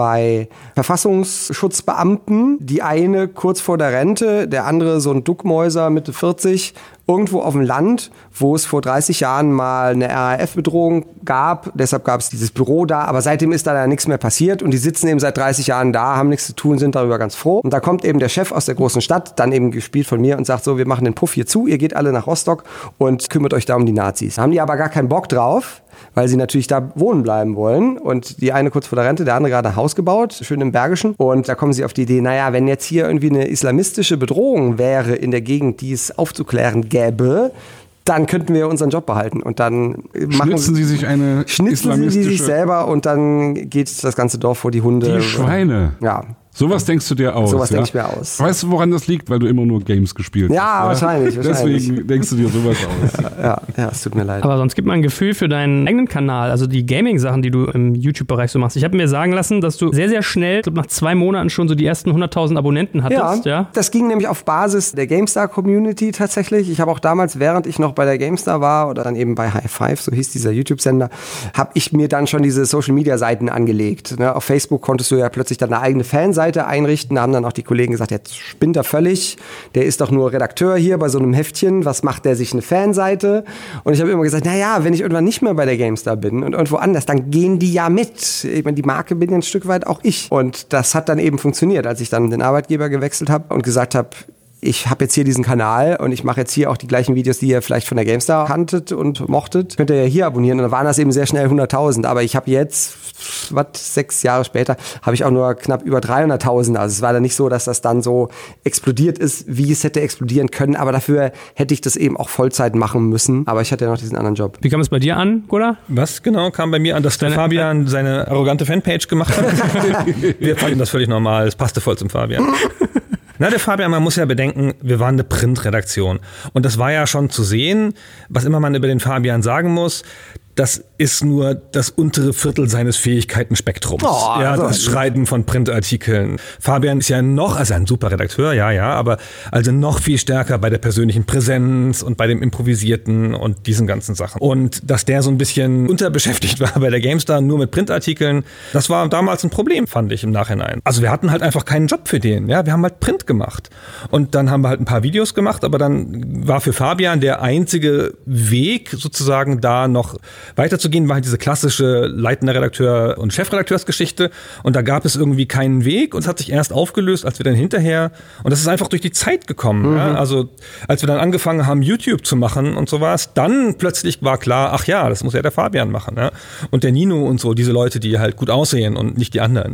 2 Verfassungsschutzbeamten, die eine kurz vor der Rente, der andere so ein Duckmäuser Mitte 40, irgendwo auf dem Land, wo es vor 30 Jahren mal eine RAF-Bedrohung gab. Deshalb gab es dieses Büro da, aber seitdem ist da ja nichts mehr passiert und die sitzen eben seit 30 Jahren da, haben nichts zu tun, sind darüber ganz froh. Und da kommt eben der Chef aus der großen Stadt, dann eben gespielt von mir und sagt so, wir machen den Puff hier zu, ihr geht alle nach Rostock und kümmert euch da um die Nazis. Da haben die aber gar keinen Bock drauf, weil sie natürlich da wohnen bleiben wollen. Und die eine kurz vor der Rente, der andere gerade ein Haus gebaut, schön im Bergischen. Und da kommen sie auf die Idee, naja, wenn jetzt hier irgendwie eine islamistische Bedrohung wäre in der Gegend, die es aufzuklären gäbe, dann könnten wir unseren Job behalten. Und dann schnitzen sie sich selber und dann geht das ganze Dorf vor die Hunde. Die Schweine. Ja. Sowas denkst du dir aus. Sowas denke ich mir aus. Weißt du, woran das liegt? Weil du immer nur Games gespielt hast. Ja, wahrscheinlich. Deswegen denkst du dir sowas aus. Ja, es tut mir leid. Aber sonst gib mal ein Gefühl für deinen eigenen Kanal, also die Gaming-Sachen, die du im YouTube-Bereich so machst. Ich habe mir sagen lassen, dass du sehr, sehr schnell, ich glaube nach 2 Monaten schon so die ersten 100.000 Abonnenten hattest. Ja, das ging nämlich auf Basis der GameStar-Community tatsächlich. Ich habe auch damals, während ich noch bei der GameStar war oder dann eben bei High Five, so hieß dieser YouTube-Sender, habe ich mir dann schon diese Social-Media-Seiten angelegt. Ne? Auf Facebook konntest du ja plötzlich deine eigene Fanseite Fanseite einrichten. Da haben dann auch die Kollegen gesagt, jetzt spinnt er völlig. Der ist doch nur Redakteur hier bei so einem Heftchen. Was macht der sich eine Fanseite? Und ich habe immer gesagt, naja, wenn ich irgendwann nicht mehr bei der GameStar bin und irgendwo anders, dann gehen die ja mit. Ich meine, die Marke bin ja ein Stück weit auch ich. Und das hat dann eben funktioniert, als ich dann den Arbeitgeber gewechselt habe und gesagt habe, ich habe jetzt hier diesen Kanal und ich mache jetzt hier auch die gleichen Videos, die ihr vielleicht von der GameStar kanntet und mochtet. Könnt ihr ja hier abonnieren. Und dann waren das eben sehr schnell 100.000. Aber ich habe jetzt, 6 Jahre später, habe ich auch nur knapp über 300.000. Also es war dann nicht so, dass das dann so explodiert ist, wie es hätte explodieren können. Aber dafür hätte ich das eben auch Vollzeit machen müssen. Aber ich hatte ja noch diesen anderen Job. Wie kam es bei dir an, Goda? Was genau kam bei mir an, dass der Fabian seine arrogante Fanpage gemacht hat? Wir fanden das völlig normal. Es passte voll zum Fabian. Na, der Fabian, man muss ja bedenken, wir waren eine Printredaktion. Und das war ja schon zu sehen, was immer man über den Fabian sagen muss, das ist nur das untere Viertel seines Fähigkeitenspektrums. Das Schreiben von Printartikeln. Fabian ist ja noch, also ein super Redakteur, aber also noch viel stärker bei der persönlichen Präsenz und bei dem Improvisierten und diesen ganzen Sachen. Und dass der so ein bisschen unterbeschäftigt war bei der GameStar, nur mit Printartikeln, das war damals ein Problem, fand ich im Nachhinein. Also wir hatten halt einfach keinen Job für den, wir haben halt Print gemacht. Und dann haben wir halt ein paar Videos gemacht, aber dann war für Fabian der einzige Weg sozusagen da noch weiterzugehen, war halt diese klassische leitender Redakteur- und Chefredakteursgeschichte. Und da gab es irgendwie keinen Weg und es hat sich erst aufgelöst, als wir dann hinterher, und das ist einfach durch die Zeit gekommen. Ja? Also als wir dann angefangen haben, YouTube zu machen und sowas, dann plötzlich war klar, ach ja, das muss ja der Fabian machen. Ja? Und der Nino und so, diese Leute, die halt gut aussehen und nicht die anderen.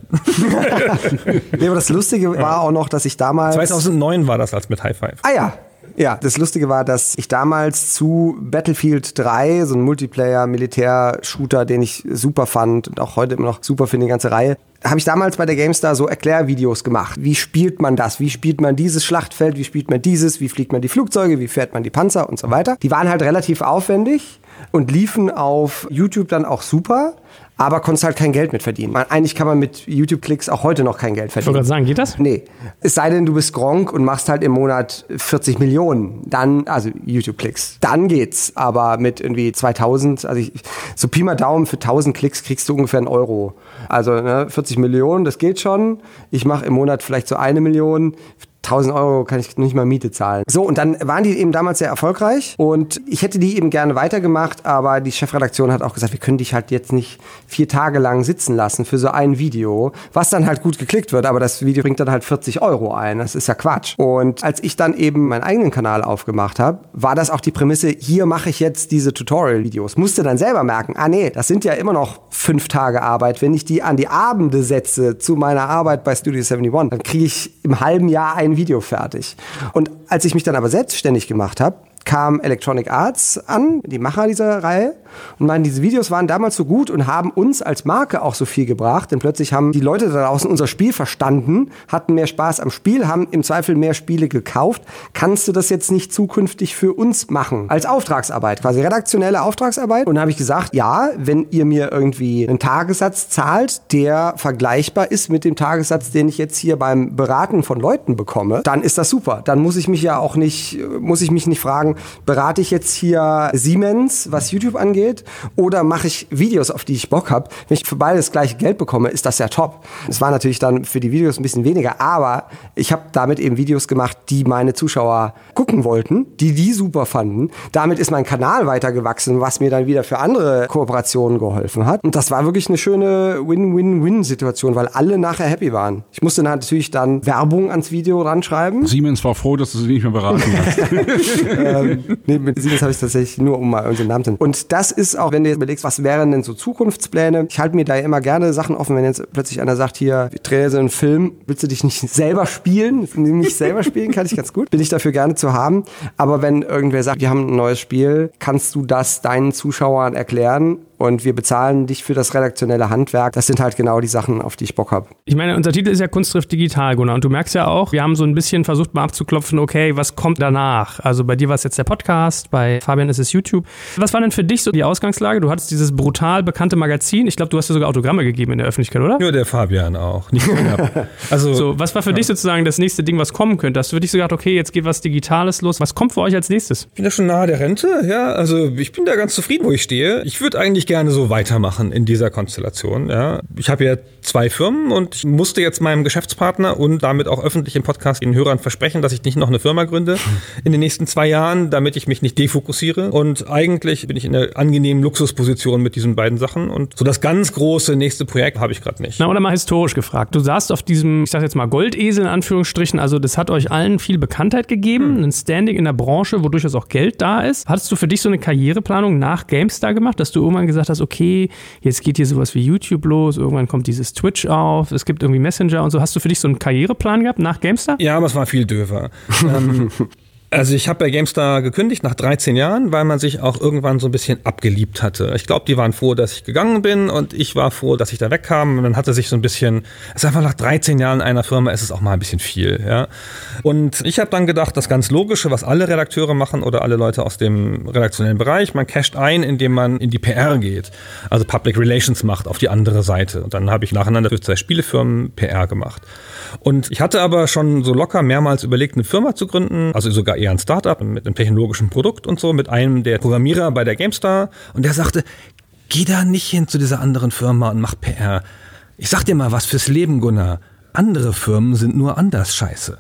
Nee, aber das Lustige war auch noch, dass ich damals... 2009 war das als mit High Five. Ah ja. Ja, das Lustige war, dass ich damals zu Battlefield 3, so ein Multiplayer-Militär-Shooter, den ich super fand und auch heute immer noch super finde, die ganze Reihe, habe ich damals bei der GameStar so Erklärvideos gemacht. Wie spielt man das? Wie spielt man dieses Schlachtfeld? Wie spielt man dieses? Wie fliegt man die Flugzeuge? Wie fährt man die Panzer? Und so weiter. Die waren halt relativ aufwendig und liefen auf YouTube dann auch super. Aber konntest halt kein Geld mit verdienen. Eigentlich kann man mit YouTube-Klicks auch heute noch kein Geld verdienen. Ich wollte gerade sagen, geht das? Nee. Es sei denn, du bist Gronkh und machst halt im Monat 40 Millionen. Dann, also YouTube-Klicks. Dann geht's. Aber mit irgendwie 2000, also so Pi mal Daumen, für 1000 Klicks kriegst du ungefähr 1 Euro. Also 40 Millionen, das geht schon. Ich mache im Monat vielleicht so 1 Million. 1.000 Euro kann ich nicht mal Miete zahlen. So, und dann waren die eben damals sehr erfolgreich und ich hätte die eben gerne weitergemacht, aber die Chefredaktion hat auch gesagt, wir können dich halt jetzt nicht 4 Tage lang sitzen lassen für so ein Video, was dann halt gut geklickt wird, aber das Video bringt dann halt 40 Euro ein. Das ist ja Quatsch. Und als ich dann eben meinen eigenen Kanal aufgemacht habe, war das auch die Prämisse, hier mache ich jetzt diese Tutorial-Videos. Musste dann selber merken, das sind ja immer noch 5 Tage Arbeit. Wenn ich die an die Abende setze zu meiner Arbeit bei Studio 71, dann kriege ich im halben Jahr ein Video fertig. Und als ich mich dann aber selbstständig gemacht habe, kam Electronic Arts an, die Macher dieser Reihe, und meinen, diese Videos waren damals so gut und haben uns als Marke auch so viel gebracht, denn plötzlich haben die Leute da draußen unser Spiel verstanden, hatten mehr Spaß am Spiel, haben im Zweifel mehr Spiele gekauft. Kannst du das jetzt nicht zukünftig für uns machen? Als Auftragsarbeit, quasi redaktionelle Auftragsarbeit. Und da habe ich gesagt, ja, wenn ihr mir irgendwie einen Tagessatz zahlt, der vergleichbar ist mit dem Tagessatz, den ich jetzt hier beim Beraten von Leuten bekomme, dann ist das super. Dann muss ich mich nicht fragen, berate ich jetzt hier Siemens, was YouTube angeht, oder mache ich Videos, auf die ich Bock habe? Wenn ich für beides das gleiche Geld bekomme, ist das ja top. Es war natürlich dann für die Videos ein bisschen weniger, aber ich habe damit eben Videos gemacht, die meine Zuschauer gucken wollten, die super fanden. Damit ist mein Kanal weitergewachsen, was mir dann wieder für andere Kooperationen geholfen hat. Und das war wirklich eine schöne Win-Win-Win-Situation, weil alle nachher happy waren. Ich musste natürlich dann Werbung ans Video ranschreiben. Siemens war froh, dass du sie nicht mehr beraten hast. Nee, mit Siemens habe ich tatsächlich nur, um mal unseren Namen zu nennen. Und das ist auch, wenn du jetzt überlegst, was wären denn so Zukunftspläne? Ich halte mir da immer gerne Sachen offen, wenn jetzt plötzlich einer sagt, hier, wir drehen so einen Film, willst du dich nicht selber spielen? Nicht selber spielen kann ich ganz gut. Bin ich dafür gerne zu haben. Aber wenn irgendwer sagt, wir haben ein neues Spiel, kannst du das deinen Zuschauern erklären? Und wir bezahlen dich für das redaktionelle Handwerk. Das sind halt genau die Sachen, auf die ich Bock habe. Ich meine, unser Titel ist ja Kunst trifft digital, Gunnar. Und du merkst ja auch, wir haben so ein bisschen versucht mal abzuklopfen, okay, was kommt danach? Also bei dir war es jetzt der Podcast, bei Fabian ist es YouTube. Was war denn für dich so die Ausgangslage? Du hattest dieses brutal bekannte Magazin. Ich glaube, du hast dir sogar Autogramme gegeben in der Öffentlichkeit, oder? Nur der Fabian auch. Nicht also, so, was war für dich sozusagen das nächste Ding, was kommen könnte? Hast du für dich so gedacht, okay, jetzt geht was Digitales los. Was kommt für euch als nächstes? Ich bin ja schon nahe der Rente, ja. Also ich bin da ganz zufrieden, wo ich stehe. Ich würde eigentlich gerne so weitermachen in dieser Konstellation. Ja. Ich habe ja 2 Firmen und ich musste jetzt meinem Geschäftspartner und damit auch öffentlich im Podcast den Hörern versprechen, dass ich nicht noch eine Firma gründe in den nächsten 2 Jahren, damit ich mich nicht defokussiere. Und eigentlich bin ich in einer angenehmen Luxusposition mit diesen beiden Sachen. Und so das ganz große nächste Projekt habe ich gerade nicht. Na, oder mal historisch gefragt. Du saßt auf diesem, ich sag jetzt mal Goldesel in Anführungsstrichen, also das hat euch allen viel Bekanntheit gegeben, ein Standing in der Branche, wo durchaus auch Geld da ist. Hattest du für dich so eine Karriereplanung nach GameStar gemacht, dass du irgendwann gesagt hast, okay, jetzt geht hier sowas wie YouTube los, irgendwann kommt dieses Twitch auf, es gibt irgendwie Messenger und so. Hast du für dich so einen Karriereplan gehabt nach GameStar? Ja, aber es war viel döver. Also ich habe bei GameStar gekündigt nach 13 Jahren, weil man sich auch irgendwann so ein bisschen abgeliebt hatte. Ich glaube, die waren froh, dass ich gegangen bin und ich war froh, dass ich da wegkam. Und dann hatte sich so ein bisschen, es ist einfach nach 13 Jahren einer Firma, ist es auch mal ein bisschen viel. Ja? Und ich habe dann gedacht, das ganz Logische, was alle Redakteure machen oder alle Leute aus dem redaktionellen Bereich, man casht ein, indem man in die PR geht, also Public Relations macht auf die andere Seite. Und dann habe ich nacheinander für 2 Spielefirmen PR gemacht. Und ich hatte aber schon so locker mehrmals überlegt, eine Firma zu gründen, also sogar eher ein Startup mit einem technologischen Produkt und so, mit einem der Programmierer bei der GameStar. Und der sagte, geh da nicht hin zu dieser anderen Firma und mach PR. Ich sag dir mal was fürs Leben, Gunnar. Andere Firmen sind nur anders scheiße.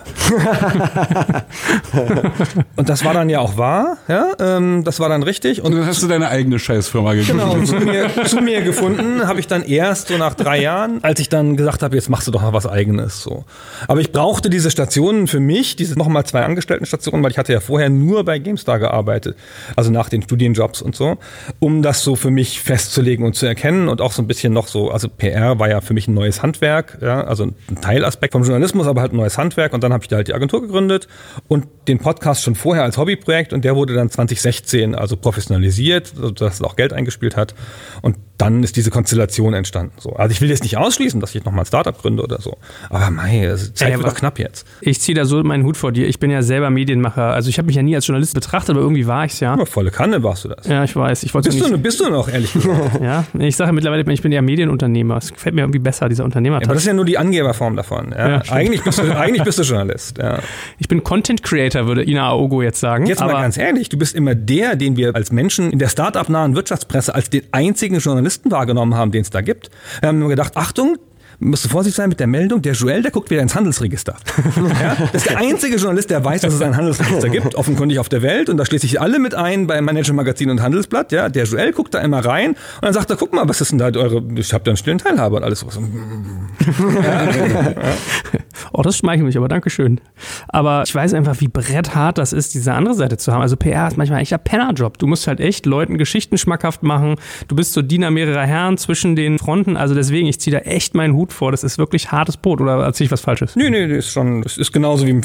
Und das war dann ja auch wahr, ja, das war dann richtig. Und dann hast du deine eigene Scheißfirma gegründet. Genau, zu mir gefunden habe ich dann erst so nach 3 Jahren, als ich dann gesagt habe, jetzt machst du doch mal was Eigenes. So. Aber ich brauchte diese Stationen für mich, diese nochmal 2 Angestelltenstationen, weil ich hatte ja vorher nur bei GameStar gearbeitet, also nach den Studienjobs und so, um das so für mich festzulegen und zu erkennen und auch so ein bisschen noch so, also PR war ja für mich ein neues Handwerk, ja, also ein Teilaspekt vom Journalismus, aber halt ein neues Handwerk. Und dann habe ich da halt die Agentur gegründet und den Podcast schon vorher als Hobbyprojekt. Und der wurde dann 2016 also professionalisiert, sodass es auch Geld eingespielt hat. Und dann ist diese Konstellation entstanden. So. Also ich will jetzt nicht ausschließen, dass ich nochmal ein Startup gründe oder so. Aber mei, Zeit wird doch knapp jetzt. Ich ziehe da so meinen Hut vor dir. Ich bin ja selber Medienmacher. Also ich habe mich ja nie als Journalist betrachtet, aber irgendwie war ich es ja. Aber volle Kanne warst du das. Ja, ich weiß. Bist du noch, ehrlich gesagt? Ja, ich sage mittlerweile, ich bin ja Medienunternehmer. Es gefällt mir irgendwie besser, dieser Unternehmertag. Ja, aber das ist ja nur die Angeberform davon. Ja? Ja, eigentlich bist du Journalist. Ja. Ich bin Content Creator, würde Ina Aogo jetzt sagen. Jetzt mal ganz ehrlich, du bist immer der, den wir als Menschen in der Start-up-nahen Wirtschaftspresse als den einzigen Journalisten wahrgenommen haben, den es da gibt. Wir haben nur gedacht, Achtung, musst du vorsichtig sein mit der Meldung, der Joel, der guckt wieder ins Handelsregister. Ja? Das ist der einzige Journalist, der weiß, dass es ein Handelsregister gibt, offenkundig auf der Welt. Und da schließe ich alle mit ein bei Manager Magazin und Handelsblatt. Ja? Der Joel guckt da immer rein und dann sagt er, guck mal, was ist denn da ich habe da einen stillen Teilhaber und alles so. Ja? Oh, das schmeichelt mich, aber Dankeschön. Aber ich weiß einfach, wie bretthart das ist, diese andere Seite zu haben. Also PR ist manchmal echt ein Pennerjob. Du musst halt echt Leuten Geschichten schmackhaft machen. Du bist so Diener mehrerer Herren zwischen den Fronten. Also deswegen, ich ziehe da echt meinen Hut vor. Das ist wirklich hartes Brot. Oder erzähle ich was Falsches? Nee, es ist genauso wie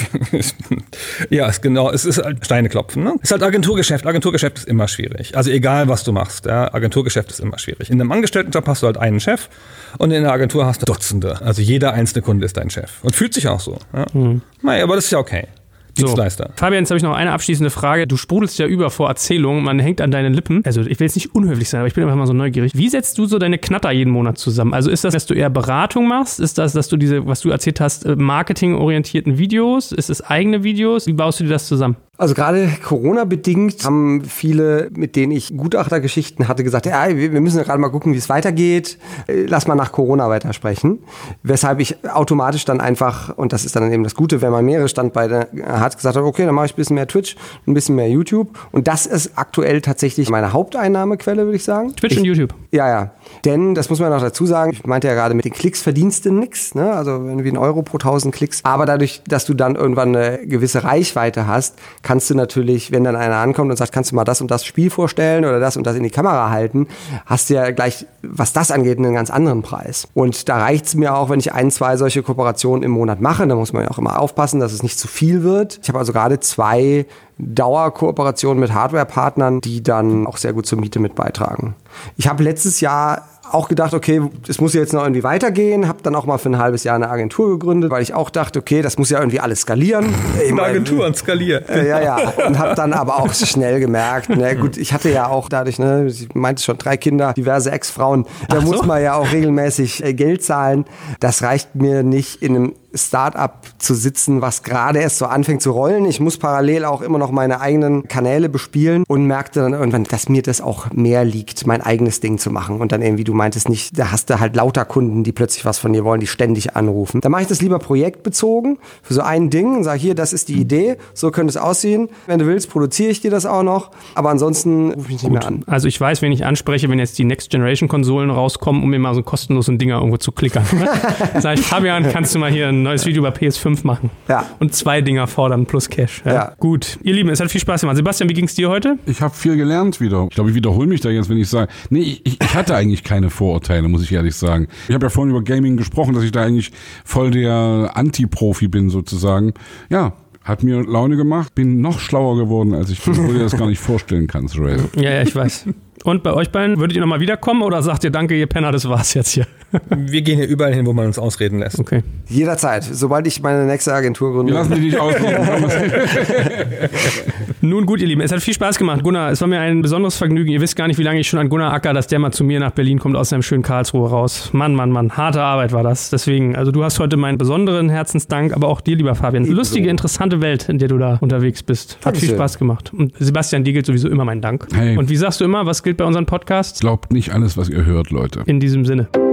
es ist halt Steine klopfen. Ne? Es ist halt Agenturgeschäft. Agenturgeschäft ist immer schwierig. Also egal, was du machst. Ja? Agenturgeschäft ist immer schwierig. In einem Angestelltenjob hast du halt einen Chef und in der Agentur hast du Dutzende. Also jeder einzelne Kunde ist dein Chef. Und fühlt sich auch so. Ja? Naja, aber das ist ja okay. Dienstleister. So. Fabian, jetzt habe ich noch eine abschließende Frage. Du sprudelst ja über vor Erzählungen, man hängt an deinen Lippen. Also ich will jetzt nicht unhöflich sein, aber ich bin einfach mal so neugierig. Wie setzt du so deine Knatter jeden Monat zusammen? Also ist das, dass du eher Beratung machst? Ist das, dass du diese, was du erzählt hast, marketingorientierten Videos? Ist es eigene Videos? Wie baust du dir das zusammen? Also gerade Corona-bedingt haben viele, mit denen ich Gutachtergeschichten hatte, gesagt, ja, wir müssen gerade mal gucken, wie es weitergeht. Lass mal nach Corona weitersprechen. Weshalb ich automatisch dann einfach, und das ist dann eben das Gute, wenn man mehrere Standbeine hat, gesagt habe, okay, dann mache ich ein bisschen mehr Twitch, ein bisschen mehr YouTube. Und das ist aktuell tatsächlich meine Haupteinnahmequelle, würde ich sagen. Twitch und YouTube? Ja. Denn, das muss man noch dazu sagen, ich meinte ja gerade, mit den Klicks verdienst du nichts, ne? Also wenn du wie 1 Euro pro 1000 Klicks. Aber dadurch, dass du dann irgendwann eine gewisse Reichweite hast, kannst du natürlich, wenn dann einer ankommt und sagt, kannst du mal das und das Spiel vorstellen oder das und das in die Kamera halten, hast du ja gleich, was das angeht, einen ganz anderen Preis. Und da reicht es mir auch, wenn ich 1, 2 solche Kooperationen im Monat mache. Da muss man ja auch immer aufpassen, dass es nicht zu viel wird. Ich habe also gerade 2 Dauerkooperationen mit Hardware-Partnern, die dann auch sehr gut zur Miete mit beitragen. Ich habe letztes Jahr auch gedacht, okay, es muss jetzt noch irgendwie weitergehen. Habe dann auch mal für ein halbes Jahr eine Agentur gegründet, weil ich auch dachte, okay, das muss ja irgendwie alles skalieren. Eine Agentur und skaliert. Ja. Und habe dann aber auch schnell gemerkt, gut, ich hatte ja auch dadurch, ich meinte schon 3 Kinder, diverse Ex-Frauen, da muss man ja auch regelmäßig Geld zahlen. Das reicht mir nicht in einem Startup zu sitzen, was gerade erst so anfängt zu rollen. Ich muss parallel auch immer noch meine eigenen Kanäle bespielen und merkte dann irgendwann, dass mir das auch mehr liegt, mein eigenes Ding zu machen. Und dann irgendwie, du meintest nicht, da hast du halt lauter Kunden, die plötzlich was von dir wollen, die ständig anrufen. Da mache ich das lieber projektbezogen für so ein Ding und sage, hier, das ist die Idee, so könnte es aussehen. Wenn du willst, produziere ich dir das auch noch. Aber ansonsten rufe ich nicht mehr an. Also ich weiß, wen ich anspreche, wenn jetzt die Next-Generation-Konsolen rauskommen, um mir mal so kostenlosen Dinger irgendwo zu klickern. Sag ich, Fabian, kannst du mal hier ein neues Video über PS5 machen? Ja. Und 2 Dinger fordern plus Cash. Ja. Gut. Ihr Lieben, es hat viel Spaß gemacht. Sebastian, wie ging's dir heute? Ich habe viel gelernt wieder. Ich glaube, ich wiederhole mich da jetzt, wenn ich sage, nee, ich hatte eigentlich keine Vorurteile, muss ich ehrlich sagen. Ich habe ja vorhin über Gaming gesprochen, dass ich da eigentlich voll der Anti-Profi bin sozusagen. Ja, hat mir Laune gemacht, bin noch schlauer geworden, als ich bin, wo du dir das gar nicht vorstellen kannst, Joel. Ja, ich weiß. Und bei euch beiden, würdet ihr nochmal wiederkommen oder sagt ihr, danke, ihr Penner, das war's jetzt hier? Wir gehen hier überall hin, wo man uns ausreden lässt. Okay. Jederzeit, sobald ich meine nächste Agentur gründe. Wir lassen dich nicht ausreden. Nun gut, ihr Lieben, es hat viel Spaß gemacht. Gunnar, es war mir ein besonderes Vergnügen. Ihr wisst gar nicht, wie lange ich schon an Gunnar acker, dass der mal zu mir nach Berlin kommt, aus seinem schönen Karlsruhe raus. Mann, harte Arbeit war das. Deswegen, also du hast heute meinen besonderen Herzensdank, aber auch dir, lieber Fabian. Lustige, interessante Welt, in der du da unterwegs bist. Hat viel Spaß gemacht. Und Sebastian, dir gilt sowieso immer mein Dank. Hey. Und wie sagst du immer, was gilt bei unseren Podcasts? Glaubt nicht alles, was ihr hört, Leute. In diesem Sinne.